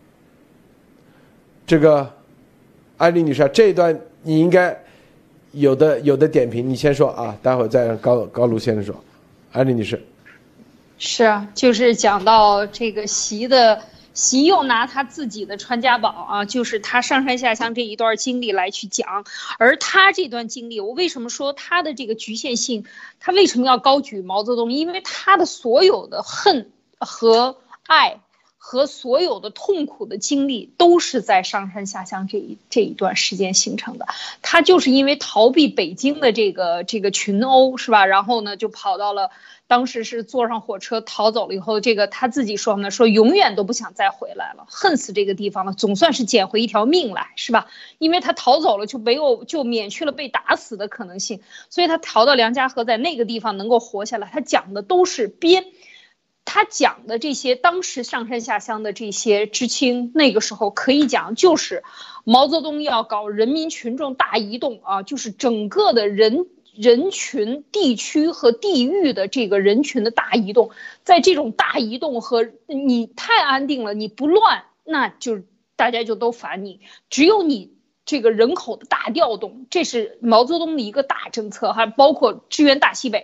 这个。艾丽女士，这一段你应该有的有的点评，你先说啊，待会儿再让高高卢先生说。艾丽女士， 是啊，就是讲到这个习的习又拿他自己的传家宝啊，就是他上山下乡这一段经历来去讲，而他这段经历，我为什么说他的这个局限性？他为什么要高举毛泽东？因为他的所有的恨和爱。和所有的痛苦的经历都是在上山下乡这一这一段时间形成的。他就是因为逃避北京的这个这个群殴，是吧？然后呢，就跑到了，当时是坐上火车逃走了以后，这个他自己说呢，说永远都不想再回来了，恨死这个地方了，总算是捡回一条命来，是吧？因为他逃走了，就没有就免去了被打死的可能性，所以他逃到梁家河，在那个地方能够活下来。他讲的都是边。他讲的这些当时上山下乡的这些知青，那个时候可以讲就是毛泽东要搞人民群众大移动啊，就是整个的人人群、地区和地域的这个人群的大移动。在这种大移动和你太安定了，你不乱，那就大家就都反你。只有你这个人口的大调动，这是毛泽东的一个大政策，还包括支援大西北。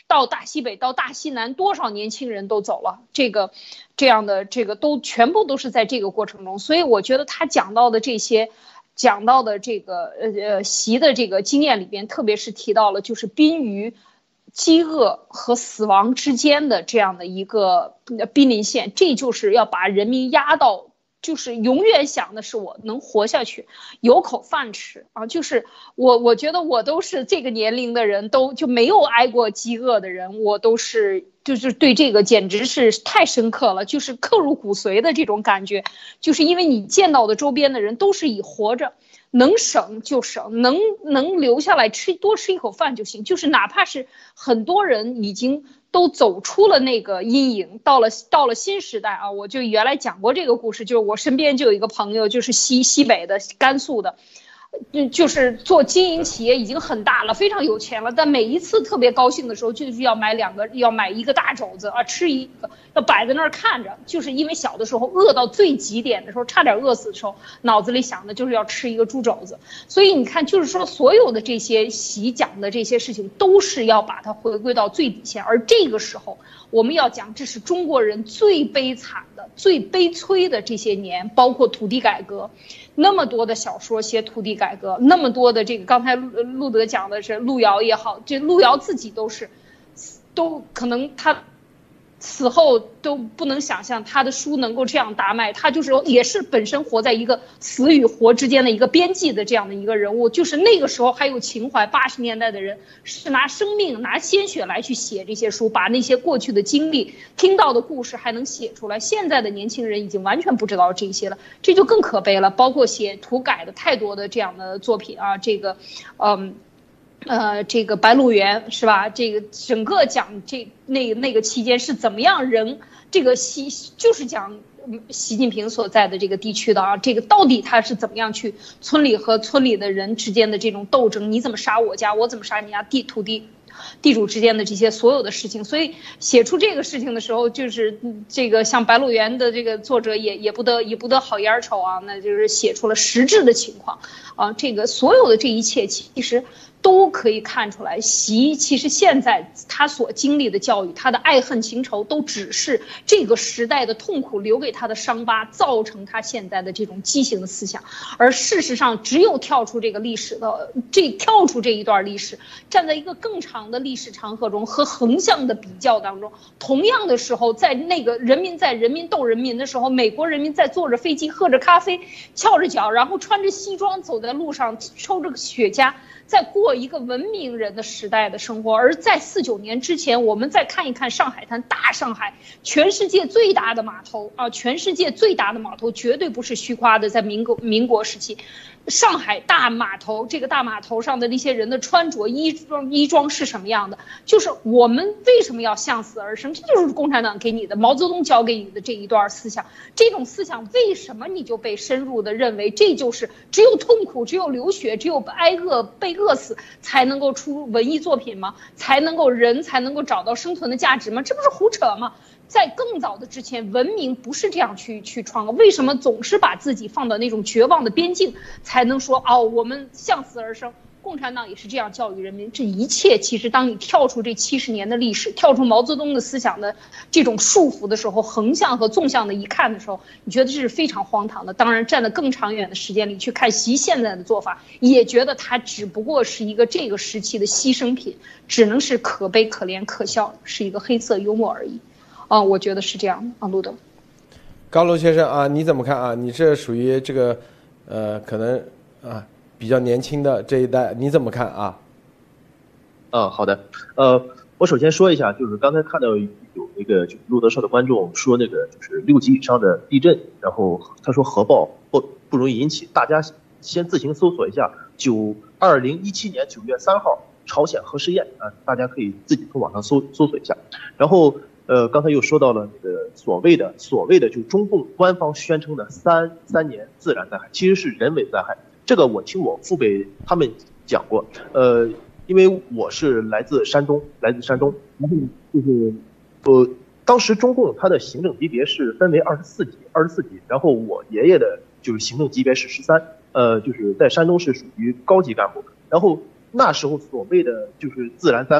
到大西北，到大西南，多少年轻人都走了，这个这样的这个都全部都是在这个过程中。所以我觉得他讲到的这些，讲到的这个呃呃习的这个经验里边，特别是提到了就是濒于饥饿和死亡之间的这样的一个濒临线，这就是要把人民压到。就是永远想的是我能活下去，有口饭吃啊！就是我，我觉得我都是这个年龄的人，都就没有挨过饥饿的人，我都是就是对这个简直是太深刻了，就是刻入骨髓的这种感觉。就是因为你见到的周边的人都是以活着，能省就省，能能留下来吃多吃一口饭就行。就是哪怕是很多人已经。都走出了那个阴影，到了到了新时代啊！我就原来讲过这个故事，就是我身边就有一个朋友，就是西西北的甘肃的，嗯，就是做经营企业已经很大了，非常有钱了，但每一次特别高兴的时候，就是要买两个，要买一个大肘子啊，吃一个，要摆在那儿看着，就是因为小的时候饿到最极点的时候，差点饿死的时候，脑子里想的就是要吃一个猪肘子。所以你看，就是说所有的这些习讲的这些事情，都是要把它回归到最底线，而这个时候我们要讲，这是中国人最悲惨的、最悲催的这些年，包括土地改革。那么多的小说写土地改革，那么多的这个，刚才路路德讲的是路遥也好，这路遥自己都是，都可能他死后都不能想象他的书能够这样大卖，他就是也是本身活在一个死与活之间的一个边际的这样的一个人物，就是那个时候还有情怀，八十年代的人是拿生命拿鲜血来去写这些书，把那些过去的经历听到的故事还能写出来，现在的年轻人已经完全不知道这些了，这就更可悲了。包括写土改的太多的这样的作品啊，这个嗯呃，这个《白鹿原》是吧？这个整个讲这那那个期间是怎么样人，这个习就是讲习近平所在的这个地区的啊，这个到底他是怎么样去村里和村里的人之间的这种斗争？你怎么杀我家，我怎么杀你家地土地？地主之间的这些所有的事情，所以写出这个事情的时候，就是这个像《白鹿原》的这个作者也也不得也不得好烟抽啊，那就是写出了实质的情况啊。这个所有的这一切，其实都可以看出来，习其实现在他所经历的教育，他的爱恨情仇，都只是这个时代的痛苦留给他的伤疤，造成他现在的这种畸形的思想。而事实上，只有跳出这个历史的这跳出这一段历史，站在一个更长的历史长河中和横向的比较当中，同样的时候，在那个人民在人民斗人民的时候，美国人民在坐着飞机喝着咖啡翘着脚，然后穿着西装走在路上抽着雪茄，在过一个文明人的时代的生活。而在四九年之前，我们再看一看上海滩，大上海，全世界最大的码头啊，全世界最大的码头绝对不是虚夸的，在民国民国时期。上海大码头，这个大码头上的那些人的穿着衣装衣装是什么样的？就是我们为什么要向死而生？这就是共产党给你的，毛泽东教给你的这一段思想。这种思想为什么你就被深入的认为这就是只有痛苦，只有流血，只有挨饿被饿死才能够出文艺作品吗？才能够人才能够找到生存的价值吗？这不是胡扯吗？在更早的之前，文明不是这样去去创造，为什么总是把自己放到那种绝望的边境，才能说哦，我们向死而生？共产党也是这样教育人民。这一切其实，当你跳出这七十年的历史，跳出毛泽东的思想的这种束缚的时候，横向和纵向的一看的时候，你觉得这是非常荒唐的。当然，站在更长远的时间里去看习现在的做法，也觉得他只不过是一个这个时期的牺牲品，只能是可悲、可怜、可笑，是一个黑色幽默而已。啊、哦，我觉得是这样的啊，路德。 高楼先生啊，你怎么看啊？你这属于这个，呃，可能啊比较年轻的这一代，你怎么看啊？ 嗯，好的，呃，我首先说一下，就是刚才看到有那个就是路德社的观众说那个就是六级以上的地震，然后他说核爆不不容易引起，大家先自行搜索一下，九二零一七年九月三号朝鲜核试验啊，大家可以自己从网上搜搜索一下，然后。呃，刚才又说到了那个所谓的所谓的就中共官方宣称的三三年自然灾害，其实是人为灾害。这个我听我父辈他们讲过。呃，因为我是来自山东，来自山东，然后就是呃，当时中共它的行政级别是分为二十四级，二十四级，然后我爷爷的就是行政级别是十三，呃，就是在山东是属于高级干部。然后那时候所谓的就是自然灾害。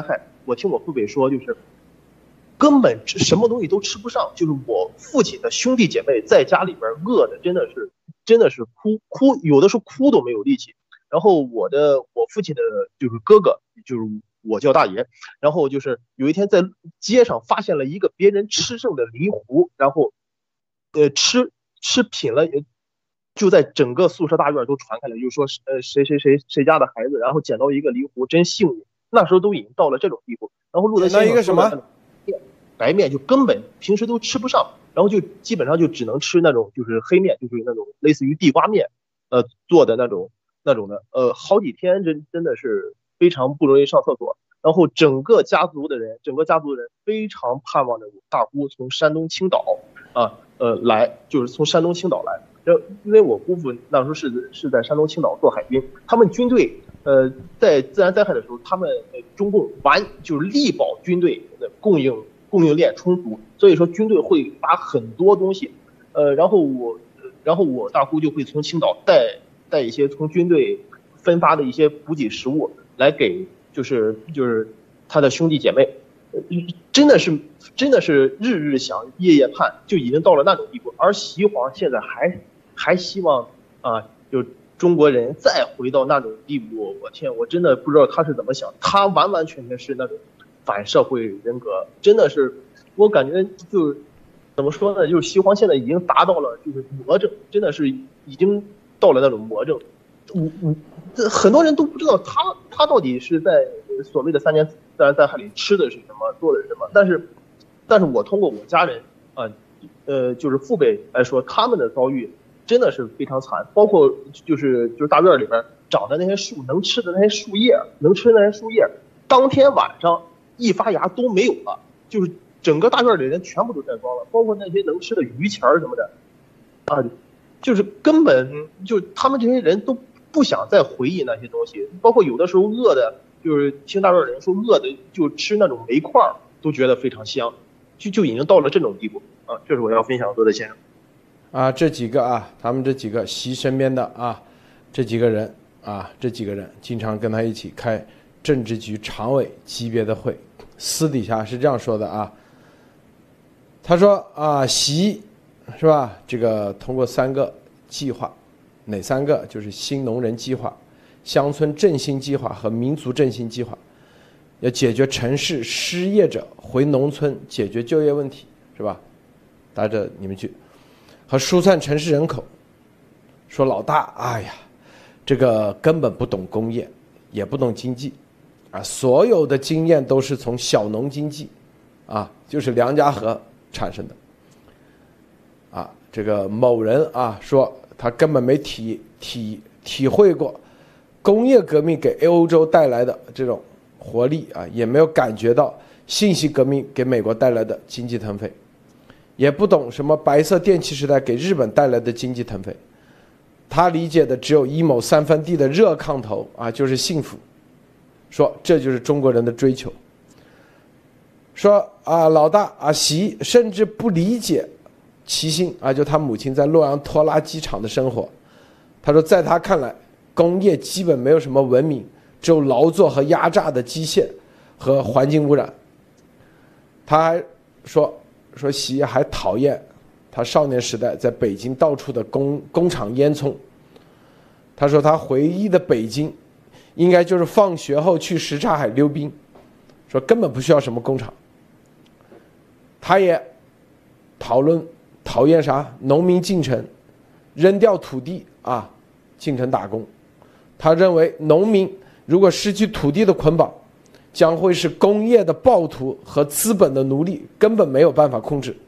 我听我父辈说，就是根本什么东西都吃不上，就是我父亲的兄弟姐妹在家里边饿的真的是真的是哭哭，有的时候哭都没有力气。然后我的我父亲的就是哥哥，就是我叫大爷，然后就是有一天在街上发现了一个别人吃剩的梨核，然后呃吃吃品了，就在整个宿舍大院都传开了，就说呃谁谁谁谁家的孩子，然后捡到一个梨核真幸运。那时候都已经到了这种地步，然后路德先生说的白面就根本平时都吃不上，然后就基本上就只能吃那种就是黑面，就是那种类似于地瓜面呃做的那种那种的，呃好几天真真的是非常不容易上厕所。然后整个家族的人，整个家族的人非常盼望着我大姑从山东青岛啊呃来，就是从山东青岛来。因为我姑父那时候是是在山东青岛做海军，他们军队呃在自然灾害的时候，他们中共完就是力保军队的供应供应链充足，所以说军队会发很多东西，呃然后我然后我大姑就会从青岛带带一些从军队分发的一些补给食物来给就是就是他的兄弟姐妹，真的是真的是日日想夜夜盼，就已经到了那种地步。而习皇现在还还希望啊，就中国人再回到那种地步，我天，我真的不知道他是怎么想，他完完全全是那种反社会人格，真的是我感觉就怎么说呢，就是西方现在已经达到了就是魔怔，真的是已经到了那种魔怔。我我这很多人都不知道他他到底是在所谓的三年自然灾害里吃的是什么，做的是什么，但是但是我通过我家人啊呃就是父辈来说，他们的遭遇真的是非常惨，包括就是就是大院里边长的那些树，能吃的那些树叶，能吃的那些树叶，当天晚上一发芽都没有了，就是整个大院里人全部都晒光了，包括那些能吃的榆钱什么的，啊，就是根本就他们这些人都不想再回忆那些东西，包括有的时候饿的，就是听大院的人说饿的就吃那种煤块都觉得非常香，就就已经到了这种地步啊！这是我要分享的先生。 啊，这几个啊，他们这几个习身边的啊，这几个人啊，这几个人经常跟他一起开政治局常委级别的会，私底下是这样说的啊。他说啊，习是吧？这个通过三个计划，哪三个？就是新农人计划、乡村振兴计划和民族振兴计划，要解决城市失业者回农村解决就业问题，是吧？带着你们去。和疏散城市人口，说老大，哎呀，这个根本不懂工业，也不懂经济，啊，所有的经验都是从小农经济，啊，就是梁家河产生的，啊，这个某人啊说他根本没体体体会过工业革命给欧洲带来的这种活力啊，也没有感觉到信息革命给美国带来的经济腾飞。也不懂什么白色电气时代给日本带来的经济腾飞，他理解的只有一亩三分地的热炕头啊，就是幸福，说这就是中国人的追求。说啊，老大啊，习甚至不理解齐心啊，就他母亲在洛阳拖拉机厂的生活。他说，在他看来，工业基本没有什么文明，只有劳作和压榨的机械和环境污染。他还说。说习还讨厌他少年时代在北京到处的工工厂烟囱。他说他回忆的北京应该就是放学后去什刹海溜冰，说根本不需要什么工厂。他也讨论讨厌啥农民进城扔掉土地啊进城打工。他认为农民如果失去土地的捆绑，将会是工业的暴徒和资本的奴隶，根本没有办法控制。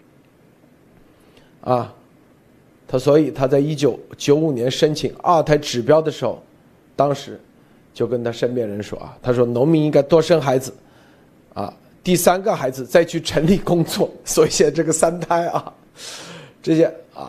啊，他所以他在一九九五年申请二胎指标的时候，当时就跟他身边人说啊，他说农民应该多生孩子，啊，第三个孩子再去城里工作。所以现在这个三胎啊，这些啊，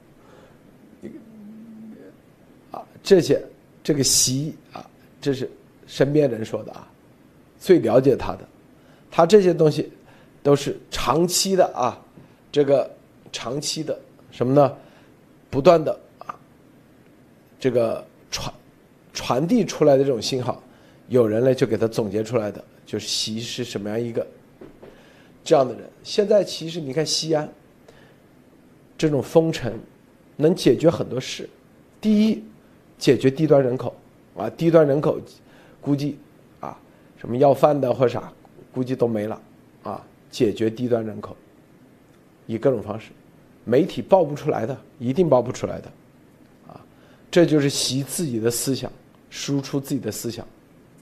啊这些这个习啊，这是身边人说的啊。最了解他的，他这些东西都是长期的啊，这个长期的什么呢？不断的啊，这个传传递出来的这种信号， 有人呢就给他总结出来的，就是习是什么样一个这样的人。现在其实你看西安这种封城能解决很多事，第一，解决低端人口啊，低端人口估计啊什么要饭的或啥估计都没了啊，解决低端人口，以各种方式，媒体报不出来的一定报不出来的啊，这就是习自己的思想，输出自己的思想。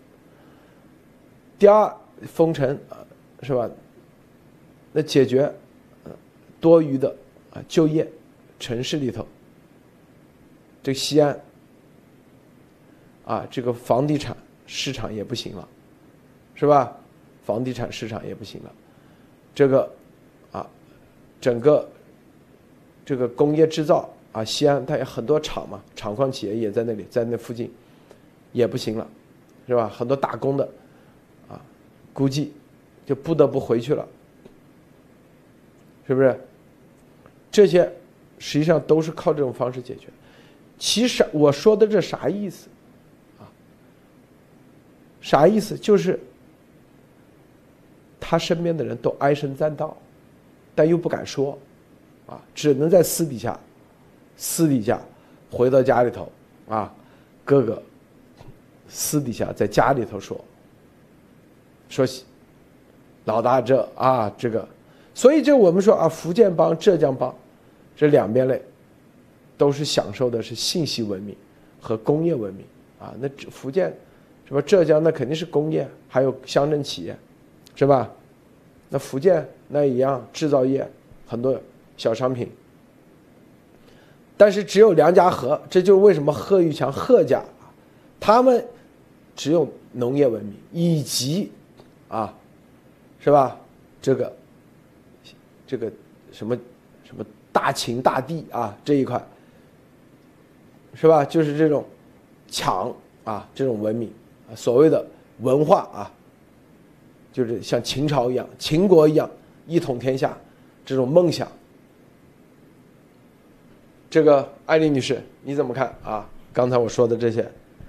第二，封城是吧？那解决多余的啊就业，城市里头，这个西安啊，这个房地产市场也不行了，是吧？房地产市场也不行了，这个啊，整个这个工业制造啊，西安它有很多厂嘛，厂矿企业也在那里，在那附近也不行了，是吧？很多打工的啊，估计就不得不回去了，是不是？这些实际上都是靠这种方式解决。其实我说的这啥意思啊？啥意思？就是他身边的人都唉声赞道，但又不敢说啊，只能在私底下私底下回到家里头啊，哥哥私底下在家里头说说老大这啊这个，所以这我们说啊，福建帮浙江帮这两边类都是享受的是信息文明和工业文明啊。那福建是吧？浙江那肯定是工业，还有乡镇企业，是吧？那福建那一样制造业，很多小商品。但是只有梁家河，这就是为什么贺玉强贺家他们只有农业文明以及啊，是吧？这个这个什么什么大秦大地啊这一块，是吧？就是这种强啊这种文明啊，所谓的文化啊，就是像秦朝一样、秦国一样一统天下这种梦想。这个艾丽女士你怎么看啊？刚才我说的这些。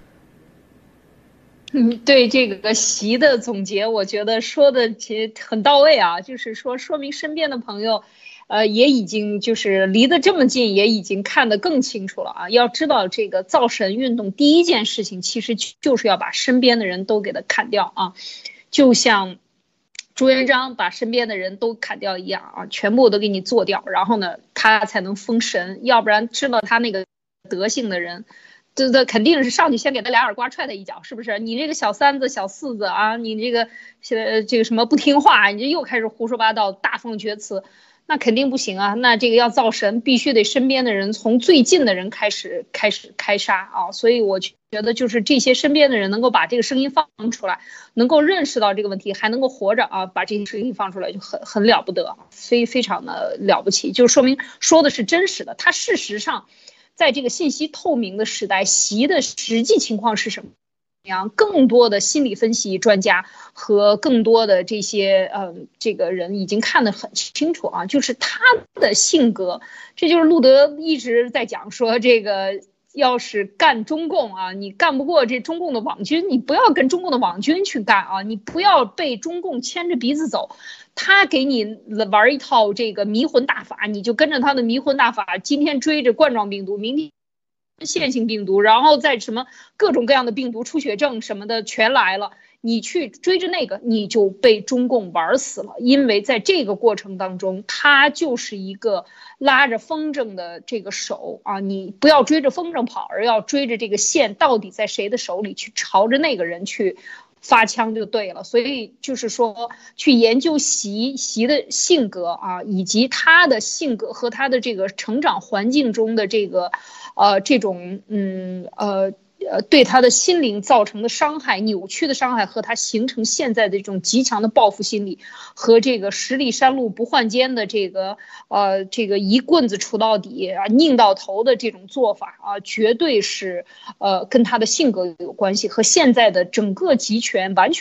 嗯，对这个习的总结，我觉得说的其实很到位啊，就是说说明身边的朋友，呃，也已经就是离得这么近，也已经看得更清楚了啊。要知道这个造神运动第一件事情，其实就是要把身边的人都给他砍掉啊，就像朱元璋把身边的人都砍掉一样啊，全部都给你做掉，然后呢，他才能封神，要不然知道他那个德性的人。这这肯定是上去先给他俩耳刮踹他一脚，是不是？你这个小三子、小四子啊，你这个呃这个什么不听话，你这又开始胡说八道、大放厥词，那肯定不行啊。那这个要造神，必须得身边的人从最近的人开始开始开杀啊。所以我觉得就是这些身边的人能够把这个声音放出来，能够认识到这个问题，还能够活着啊，把这些声音放出来就很很了不得，非非常的了不起，就说明说的是真实的。他事实上。在这个信息透明的时代，习的实际情况是什么样？更多的心理分析专家和更多的这些呃这个人已经看得很清楚啊，就是他的性格，这就是路德一直在讲说，这个要是干中共啊，你干不过这中共的网军，你不要跟中共的网军去干啊，你不要被中共牵着鼻子走。他给你玩一套这个迷魂大法，你就跟着他的迷魂大法，今天追着冠状病毒，明天线性病毒，然后再什么各种各样的病毒、出血症什么的全来了，你去追着那个，你就被中共玩死了。因为在这个过程当中，他就是一个拉着风筝的这个手啊，你不要追着风筝跑，而要追着这个线到底在谁的手里，去朝着那个人去发枪就对了。所以就是说去研究习习的性格啊，以及他的性格和他的这个成长环境中的这个呃这种嗯呃呃对他的心灵造成的伤害、扭曲的伤害，和他形成现在的这种极强的报复心理，和这个十里山路不换肩的这个呃这个一棍子杵到底啊拧到头的这种做法啊，绝对是呃跟他的性格有关系，和现在的整个集权完全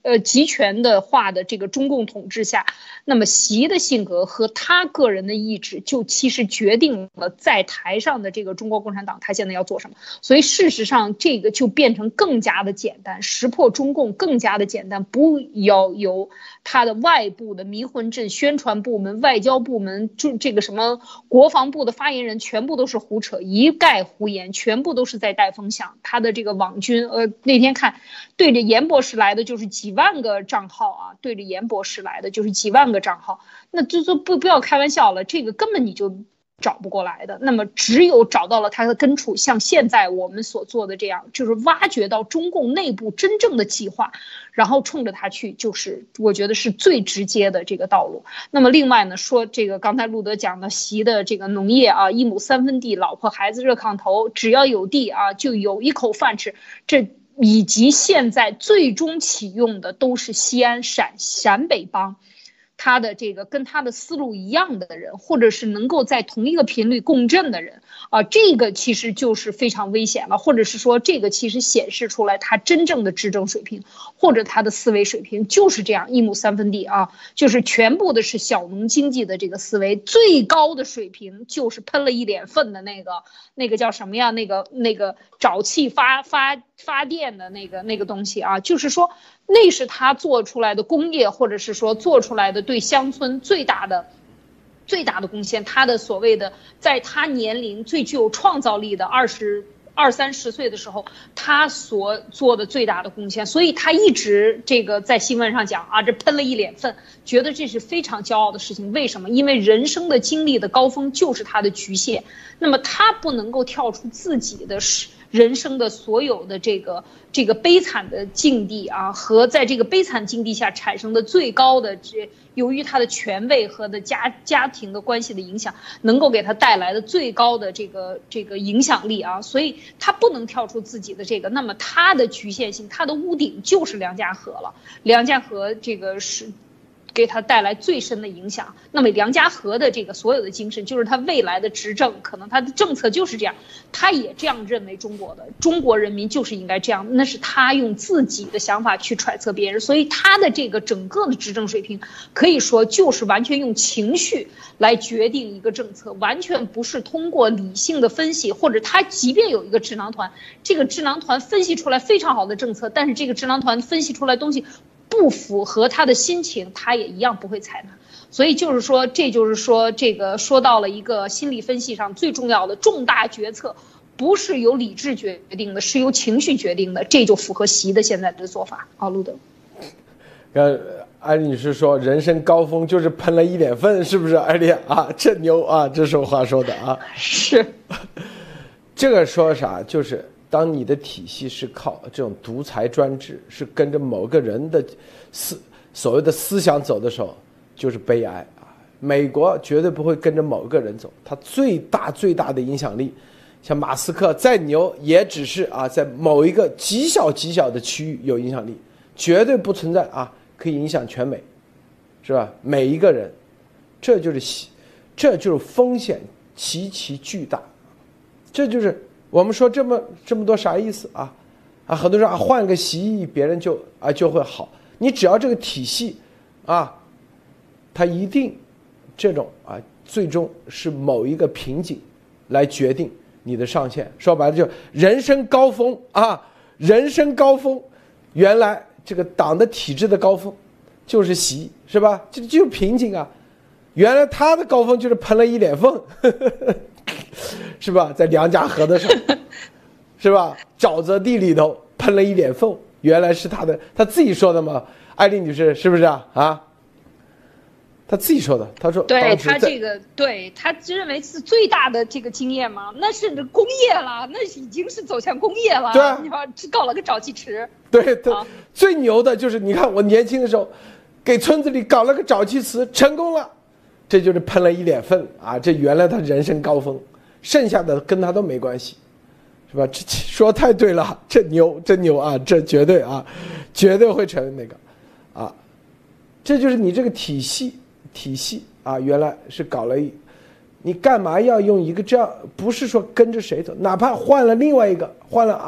呃集权的化的这个中共统治下，那么习的性格和他个人的意志，就其实决定了在台上的这个中国共产党他现在要做什么。所以事实上，这个就变成更加的简单，识破中共更加的简单，不要由他的外部的迷魂阵、宣传部门、外交部门、就这个什么国防部的发言人，全部都是胡扯，一概胡言，全部都是在带风向。他的这个网军，呃，那天看对着严博士来的就是几万个账号啊，对着严博士来的就是几万个账号，那这就不不要开玩笑了，这个根本你就找不过来的。那么只有找到了它的根处，像现在我们所做的这样，就是挖掘到中共内部真正的计划，然后冲着它去，就是我觉得是最直接的这个道路。那么另外呢，说这个刚才路德讲的习的这个农业啊，一亩三分地，老婆孩子热炕头，只要有地啊，就有一口饭吃，这以及现在最终启用的都是西安陕陕北帮。他的这个跟他的思路一样的人，或者是能够在同一个频率共振的人啊，这个其实就是非常危险了，或者是说这个其实显示出来他真正的执政水平，或者他的思维水平就是这样，一亩三分地啊，就是全部的是小农经济的这个思维，最高的水平就是喷了一脸粪的那个那个叫什么呀？那个那个沼气发发发电的那个那个东西啊，就是说那是他做出来的工业，或者是说做出来的对乡村最大的最大的贡献。他的所谓的在他年龄最具有创造力的二十二三十岁的时候，他所做的最大的贡献，所以他一直这个在新闻上讲啊，这喷了一脸粪，觉得这是非常骄傲的事情。为什么？因为人生的经历的高峰就是他的局限，那么他不能够跳出自己的人生的所有的这个这个悲惨的境地啊，和在这个悲惨境地下产生的最高的这，由于他的权位和的家家庭的关系的影响，能够给他带来的最高的这个这个影响力啊，所以他不能跳出自己的这个，那么他的局限性，他的屋顶就是梁家河了。梁家河这个是给他带来最深的影响。那么梁家河的这个所有的精神，就是他未来的执政，可能他的政策就是这样，他也这样认为中国的中国人民就是应该这样，那是他用自己的想法去揣测别人，所以他的这个整个的执政水平，可以说就是完全用情绪来决定一个政策，完全不是通过理性的分析，或者他即便有一个智囊团，这个智囊团分析出来非常好的政策，但是这个智囊团分析出来东西不符合他的心情，他也一样不会采纳。所以就是说，这就是说，这个说到了一个心理分析上最重要的重大决策，不是由理智决定的，是由情绪决定的，这就符合习的现在的做法。好，路德。 呃，艾丽女士说，人生高峰就是喷了一脸粪，是不是？艾丽啊，这牛啊，这是我话说的啊。 是。 这个说啥？就是当你的体系是靠这种独裁专制，是跟着某个人的思所谓的思想走的时候，就是悲哀啊！美国绝对不会跟着某个人走，他最大最大的影响力，像马斯克再牛，也只是啊在某一个极小极小的区域有影响力，绝对不存在啊可以影响全美，是吧？每一个人，这就是这就是风险极其巨大，这就是我们说这么这么多啥意思啊？啊，很多人啊换个习，别人就啊就会好。你只要这个体系啊，它一定这种啊，最终是某一个瓶颈来决定你的上限。说白了，就人生高峰啊，人生高峰，原来这个党的体制的高峰就是习，是吧？这就是瓶颈啊。原来他的高峰就是喷了一脸粪，是吧？在梁家河的时候，是吧？沼泽地里头喷了一脸粪。原来是他的，他自己说的嘛，艾丽女士是不是啊？啊，他自己说的，他说， 对他这个，对他认为是最大的这个经验嘛，那是工业了，那已经是走向工业了。 对啊， 你说搞了个沼气池。 对对、啊，最牛的就是你看我年轻的时候，给村子里搞了个沼气池，成功了，这就是喷了一脸粪啊！这原来他人生高峰，剩下的跟他都没关系。是吧？这说太对了，这牛真牛啊！这绝对啊，绝对会成那个，啊，这就是你这个体系体系啊，原来是搞了一，你干嘛要用一个这样？不是说跟着谁走，哪怕换了另外一个，换了啊，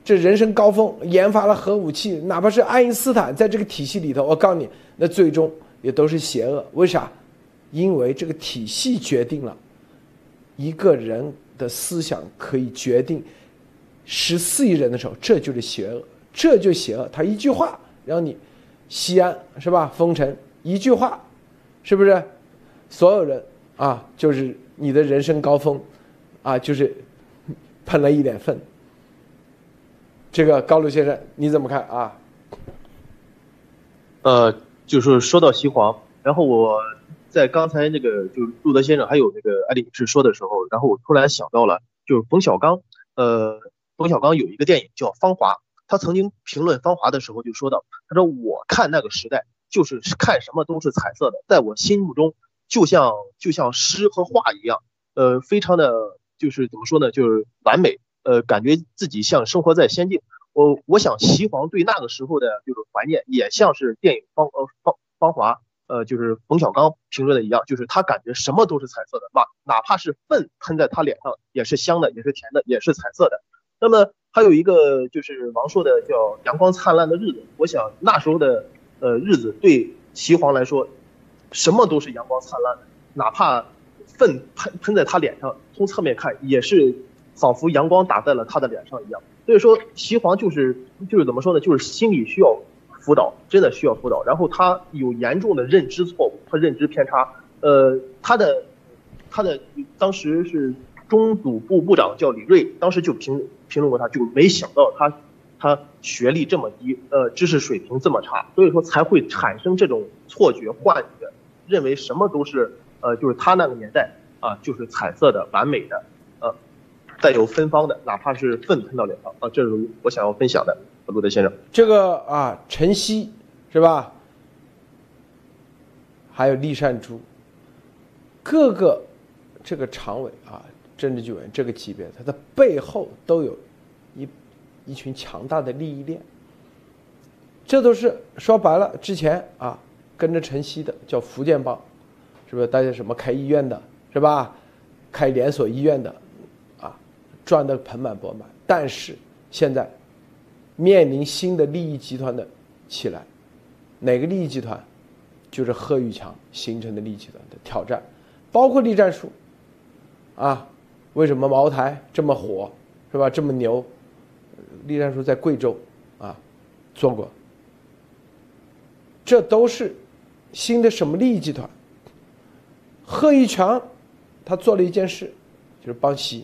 这人生高峰，研发了核武器，哪怕是爱因斯坦在这个体系里头，我告诉你，那最终也都是邪恶。为啥？因为这个体系决定了一个人的思想可以决定十四亿人的时候，这就是邪恶，这就邪恶。他一句话让你西安是吧？封城一句话，是不是？所有人啊，就是你的人生高峰，啊，就是喷了一脸粪。这个高卢先生你怎么看啊？ 呃，就是说到西黄，然后我在刚才那个就是路德先生还有那个艾丽女士说的时候，然后我突然想到了，就是冯小刚，呃，冯小刚有一个电影叫《芳华》，他曾经评论《芳华》的时候就说到，他说我看那个时代就是看什么都是彩色的，在我心目中就像就像诗和画一样，呃，非常的就是怎么说呢，就是完美。呃，感觉自己像生活在仙境。我我想齐黄对那个时候的就是怀念，也像是电影芳呃芳芳华，呃就是冯小刚评论的一样，就是他感觉什么都是彩色的，哪哪怕是粪喷在他脸上也是香的，也是甜的，也是彩色的。那么还有一个就是王说的叫阳光灿烂的日子，我想那时候的呃日子对齐黄来说，什么都是阳光灿烂的，哪怕粪喷喷在他脸上，从侧面看也是。仿佛阳光打在了他的脸上一样，所以说齐黄就是就是怎么说呢，就是心理需要辅导，真的需要辅导。然后他有严重的认知错误，他认知偏差。呃，他的他的当时是中组部部长叫李瑞，当时就评评论过他，就没想到他他学历这么低，呃，知识水平这么差，所以说才会产生这种错觉幻觉，认为什么都是呃就是他那个年代啊，就是彩色的、完美的。带有芬芳的，哪怕是粪喷到脸上啊，这是我想要分享的，陆德先生。 这个啊，陈希是吧？还有栗善珠，各个这个常委啊，政治局委员这个级别，它的背后都有一一群强大的利益链。这都是说白了，之前啊跟着陈希的叫福建帮，是不是？大家什么开医院的，是吧？开连锁医院的。赚得盆满钵满，但是现在面临新的利益集团的起来，哪个利益集团？就是贺玉强形成的利益集团的挑战，包括栗战书，啊，为什么茅台这么火，是吧？这么牛？栗战书在贵州啊做过，这都是新的什么利益集团？贺玉强他做了一件事，就是帮习。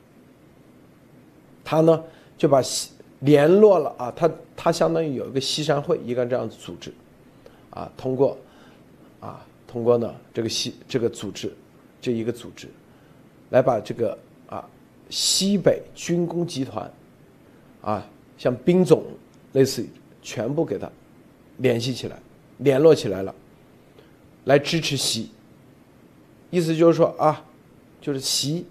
他呢就把联络了啊，他他相当于有一个西山会一个这样的组织，啊，通过啊通过呢这个西这个组织这一个组织，来把这个啊西北军工集团，啊像兵总类似于全部给他联系起来，联络起来了，来支持习。意思就是说啊，就是习，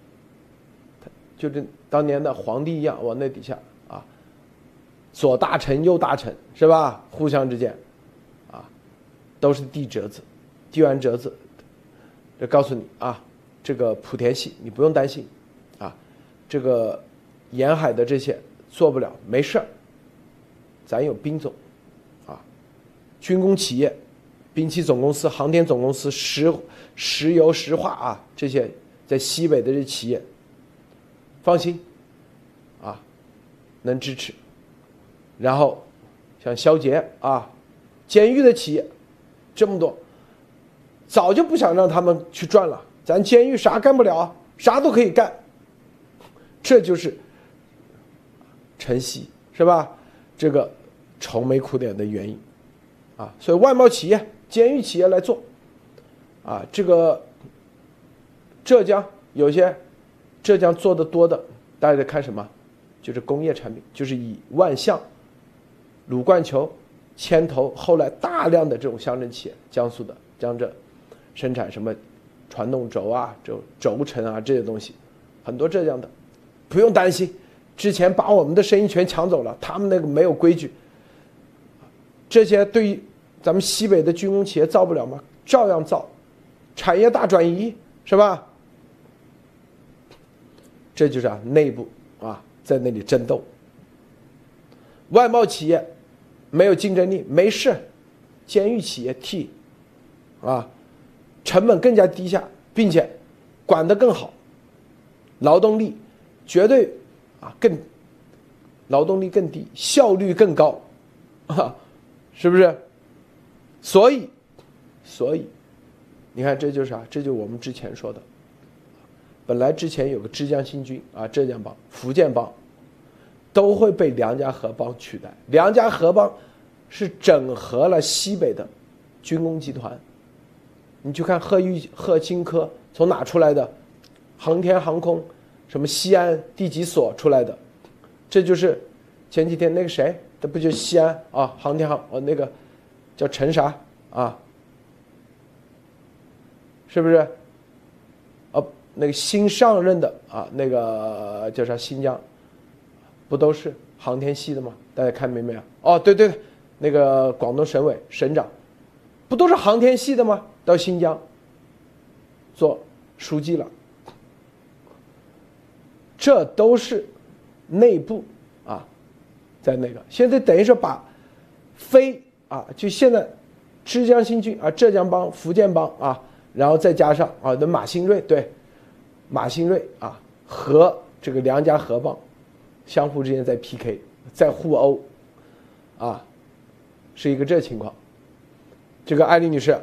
就是当年的皇帝一样，往那底下啊，左大臣右大臣是吧？互相之间啊，都是递折子，递完折子，这告诉你啊，这个莆田系你不用担心啊，这个沿海的这些做不了，没事儿，咱有兵总啊，军工企业、兵器总公司、航天总公司、石石油石化啊，这些在西北的这企业。放心，啊，能支持。然后，像肖捷啊，监狱的企业这么多，早就不想让他们去赚了。咱监狱啥干不了，啥都可以干。这就是晨曦是吧？这个愁眉苦脸的原因啊。所以外贸企业、监狱企业来做啊，这个浙江有些。浙江做的多的，大家在看什么？就是工业产品，就是以万象、鲁冠球牵头，后来大量的这种乡镇企业，江苏的江浙生产什么传动轴啊、轴轴承啊这些东西，很多浙江的，不用担心，之前把我们的生意全抢走了，他们那个没有规矩。这些对于咱们西北的军工企业造不了吗？照样造，产业大转移是吧？这就是啊，内部啊，在那里争斗， 外贸企业没有竞争力，没事，监狱企业替，啊，成本更加低下，并且管得更好，劳动力绝对啊更劳动力更低，效率更高，啊，是不是？所以，所以，你看这就是啥？这就是我们之前说的，本来之前有个浙江新军啊，浙江帮、福建帮，都会被梁家河帮取代。梁家河帮是整合了西北的军工集团。你去看贺玉、贺青科从哪出来的？航天航空，什么西安第几所出来的？这就是前几天那个谁，这不就西安啊？航天航呃那个叫陈啥啊？是不是？哦，那个新上任的啊，那个叫啥？新疆，不都是航天系的吗？大家看明没有？哦，对对对，那个广东省委省长，不都是航天系的吗？到新疆做书记了，这都是内部啊，在那个现在等于说把非啊，就现在浙江新军啊、浙江帮、福建帮啊，然后再加上啊的马兴瑞，对，马兴瑞啊和这个梁家河帮相互之间在 P K， 在互殴啊，是一个这情况。这个艾丽女士。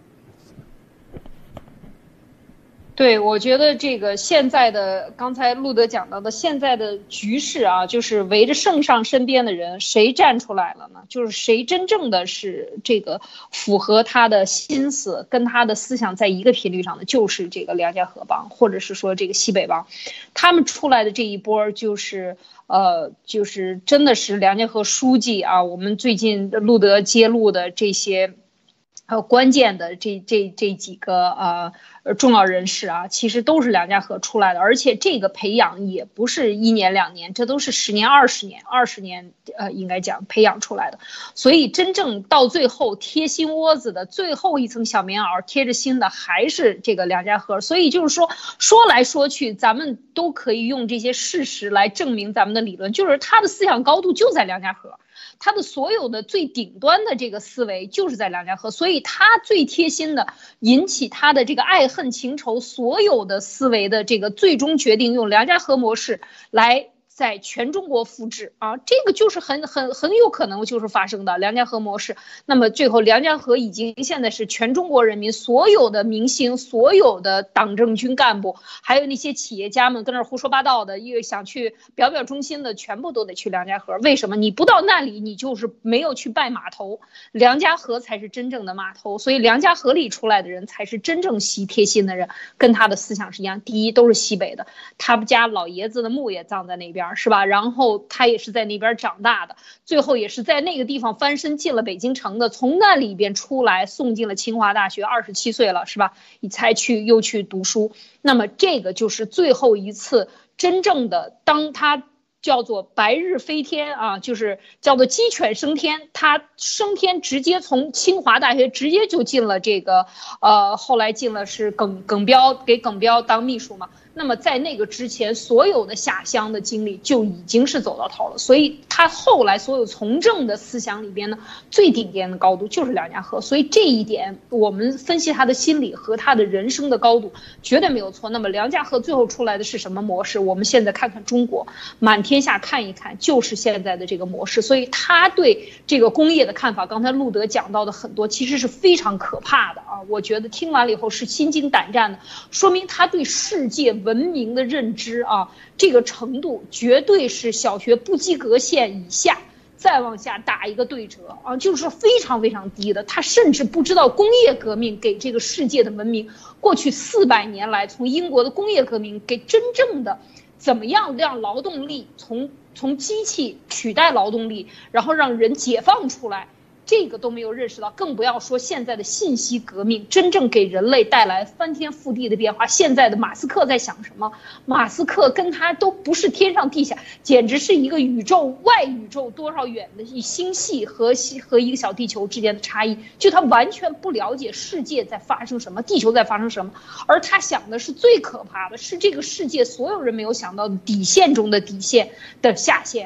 对，我觉得这个现在的刚才路德讲到的现在的局势啊，就是围着圣上身边的人，谁站出来了呢？就是谁真正的是这个符合他的心思，跟他的思想在一个频率上的，就是这个梁家河帮，或者是说这个西北帮，他们出来的这一波就是呃，就是真的是梁家河书记啊，我们最近路德揭露的这些。还有关键的这这这几个呃重要人士啊，其实都是梁家河出来的，而且这个培养也不是一年两年，这都是十年、二十年、二十年，呃，应该讲培养出来的。所以真正到最后贴心窝子的最后一层小棉袄贴着心的还是这个梁家河。所以就是说，说来说去，咱们都可以用这些事实来证明咱们的理论，就是他的思想高度就在梁家河。他的所有的最顶端的这个思维就是在梁家河，所以他最贴心的引起他的这个爱恨情仇所有的思维的这个最终决定用梁家河模式来在全中国复制啊，这个就是很很很有可能就是发生的梁家河模式。那么最后梁家河已经现在是全中国人民所有的明星、所有的党政军干部，还有那些企业家们跟那胡说八道的，因为想去表表忠心的，全部都得去梁家河。为什么？你不到那里，你就是没有去拜码头，梁家河才是真正的码头。所以梁家河里出来的人才是真正习贴心的人，跟他的思想是一样。第一，都是西北的，他们家老爷子的墓也葬在那边。是吧？然后他也是在那边长大的，最后也是在那个地方翻身进了北京城的，从那里边出来送进了清华大学，二十七岁了，是吧？你才去又去读书。那么这个就是最后一次真正的，当他叫做白日飞天啊，就是叫做鸡犬升天，他升天直接从清华大学直接就进了这个呃，后来进了是耿耿彪，给耿彪当秘书嘛。那么在那个之前，所有的下乡的经历就已经是走到头了，所以他后来所有从政的思想里边呢，最顶尖的高度就是梁家河。所以这一点，我们分析他的心理和他的人生的高度绝对没有错。那么梁家河最后出来的是什么模式？我们现在看看中国，满天下看一看，就是现在的这个模式。所以他对这个工业的看法，刚才路德讲到的很多，其实是非常可怕的啊！我觉得听完了以后是心惊胆战的，说明他对世界文明的认知啊，这个程度绝对是小学不及格线以下，再往下打一个对折啊，就是非常非常低的。他甚至不知道工业革命给这个世界的文明，过去四百年来，从英国的工业革命给真正的怎么样让劳动力从从机器取代劳动力，然后让人解放出来。这个都没有认识到，更不要说现在的信息革命真正给人类带来翻天覆地的变化。现在的马斯克在想什么？马斯克跟他都不是天上地下，简直是一个宇宙外宇宙多少远的一星系和和一个小地球之间的差异，就他完全不了解世界在发生什么，地球在发生什么。而他想的是最可怕的，是这个世界所有人没有想到的底线中的底线的下限。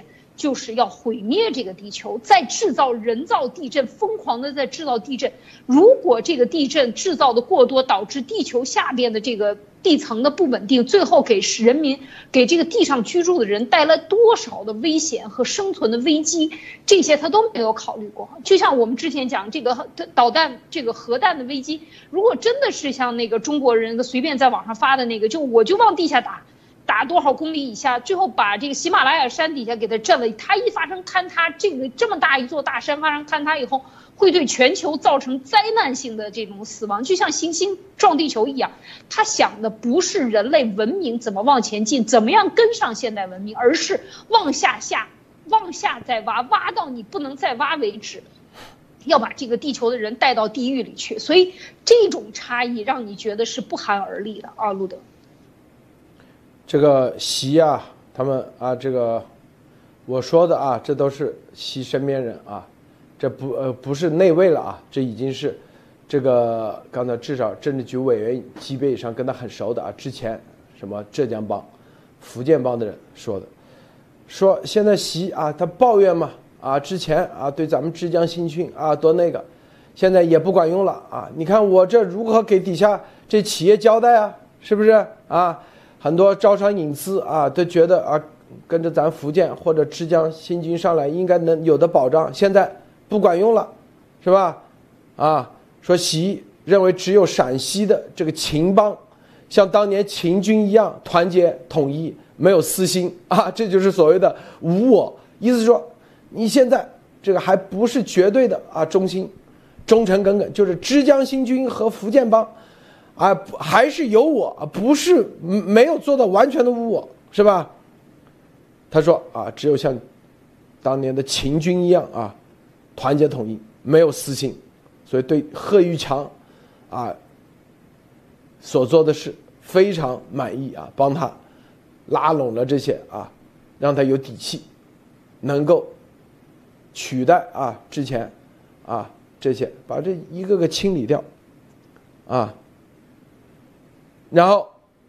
就是要毁灭这个地球，在制造人造地震，疯狂的在制造地震。如果这个地震制造的过多，导致地球下边的这个地层的不稳定，最后给人民、给这个地上居住的人带来多少的危险和生存的危机，这些他都没有考虑过。就像我们之前讲这个导弹、这个核弹的危机，如果真的是像那个中国人随便在网上发的那个，就我就往地下打。打多少公里以下，最后把这个喜马拉雅山底下给它震了。它一发生坍塌，这个这么大一座大山发生坍塌以后，会对全球造成灾难性的这种死亡，就像行星撞地球一样。他想的不是人类文明怎么往前进，怎么样跟上现代文明，而是往下下，往下再挖，挖到你不能再挖为止。要把这个地球的人带到地狱里去。所以这种差异让你觉得是不寒而栗的啊，路德。 这个习啊，他们啊，这个我说的啊，这都是习身边人啊，这不呃不是内卫了啊，这已经是这个刚才至少政治局委员级别以上跟他很熟的啊，之前什么浙江帮、福建帮的人说的，说现在习啊，他抱怨嘛啊，之前啊对咱们浙江新区啊多那个，现在也不管用了啊，你看我这如何给底下这企业交代啊，是不是啊？很多招商引资啊，都觉得啊，跟着咱福建或者浙江新军上来，应该能有的保障，现在不管用了，是吧？啊，说习认为只有陕西的这个秦帮，像当年秦军一样团结统一，没有私心啊，这就是所谓的无我。意思是说，你现在这个还不是绝对的啊忠心、忠诚耿耿，就是浙江新军和福建帮。啊，还是有我，不是没有做到完全的无我，是吧？他说啊，只有像当年的秦军一样啊，团结统一，没有私心，所以对贺玉强啊所做的事非常满意啊，帮他拉拢了这些啊，让他有底气，能够取代啊之前啊这些，把这一个个清理掉啊。然后，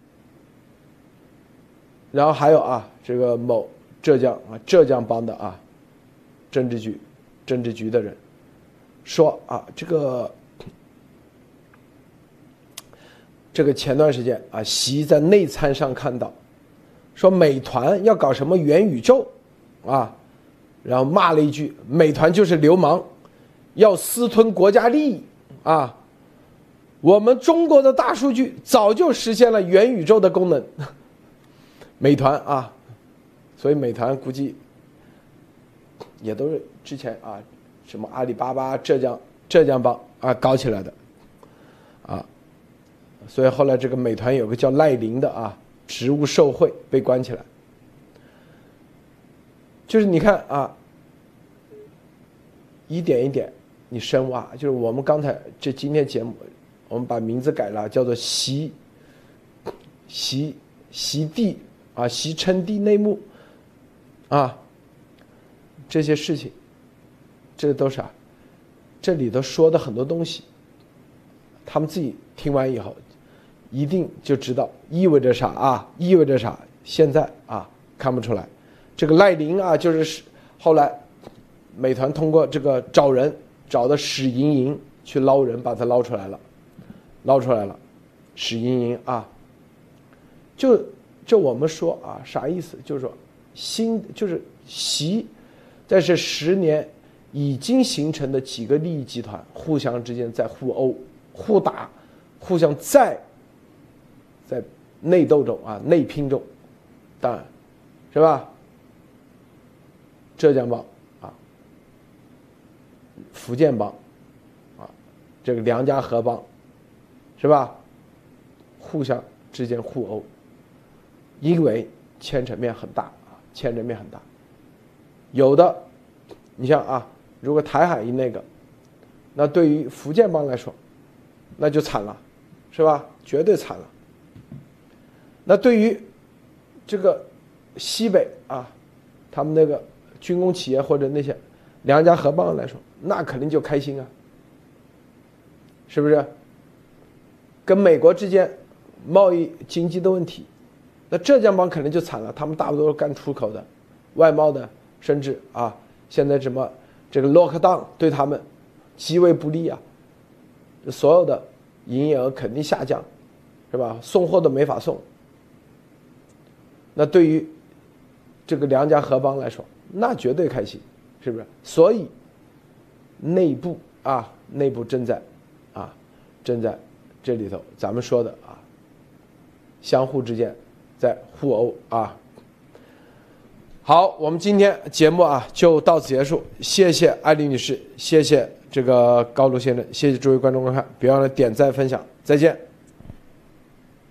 然后还有啊，这个某浙江啊，浙江帮的啊，政治局，政治局的人说啊，这个这个前段时间啊，习在内参上看到，说美团要搞什么元宇宙啊，然后骂了一句，美团就是流氓，要私吞国家利益啊。我们中国的大数据早就实现了元宇宙的功能，美团啊，所以美团估计也都是之前啊，什么阿里巴巴、浙江浙江帮啊搞起来的，啊，所以后来这个美团有个叫赖林的啊，职务受贿被关起来，就是你看啊，一点一点你深挖，就是我们刚才这今天节目。我们把名字改了，叫做习习习地啊，习称帝内幕啊，这些事情，这都是啊，这里头说的很多东西，他们自己听完以后，一定就知道意味着啥啊，意味着啥。现在啊看不出来，这个赖林啊，就是后来美团通过这个找人找的史莹莹去捞人，把他捞出来了。捞出来了，史莹莹啊，就就我们说啊，啥意思？就是说，新就是习，在这十年已经形成的几个利益集团，互相之间在互殴、互打、互相在在内斗中啊，内拼中，当然，是吧？浙江帮啊，福建帮啊，这个梁家河帮。是吧？互相之间互殴，因为牵扯面很大啊，牵扯面很大。有的，你像啊，如果台海一那个，那对于福建帮来说，那就惨了，是吧？绝对惨了。那对于这个西北啊，他们那个军工企业或者那些梁家河帮来说，那肯定就开心啊，是不是？跟美国之间贸易经济的问题，那浙江帮肯定就惨了，他们大多都是干出口的，外贸的甚至啊，现在什么这个 lockdown 对他们极为不利啊，所有的营业额肯定下降，是吧？送货都没法送。那对于这个良家合邦来说，那绝对开心，是不是？所以内部啊，内部正在啊，正在这里头咱们说的啊，相互之间在互殴啊。好，我们今天节目啊就到此结束，谢谢艾丽女士，谢谢这个高卢先生，谢谢诸位观众观看，别忘了点赞分享，再见。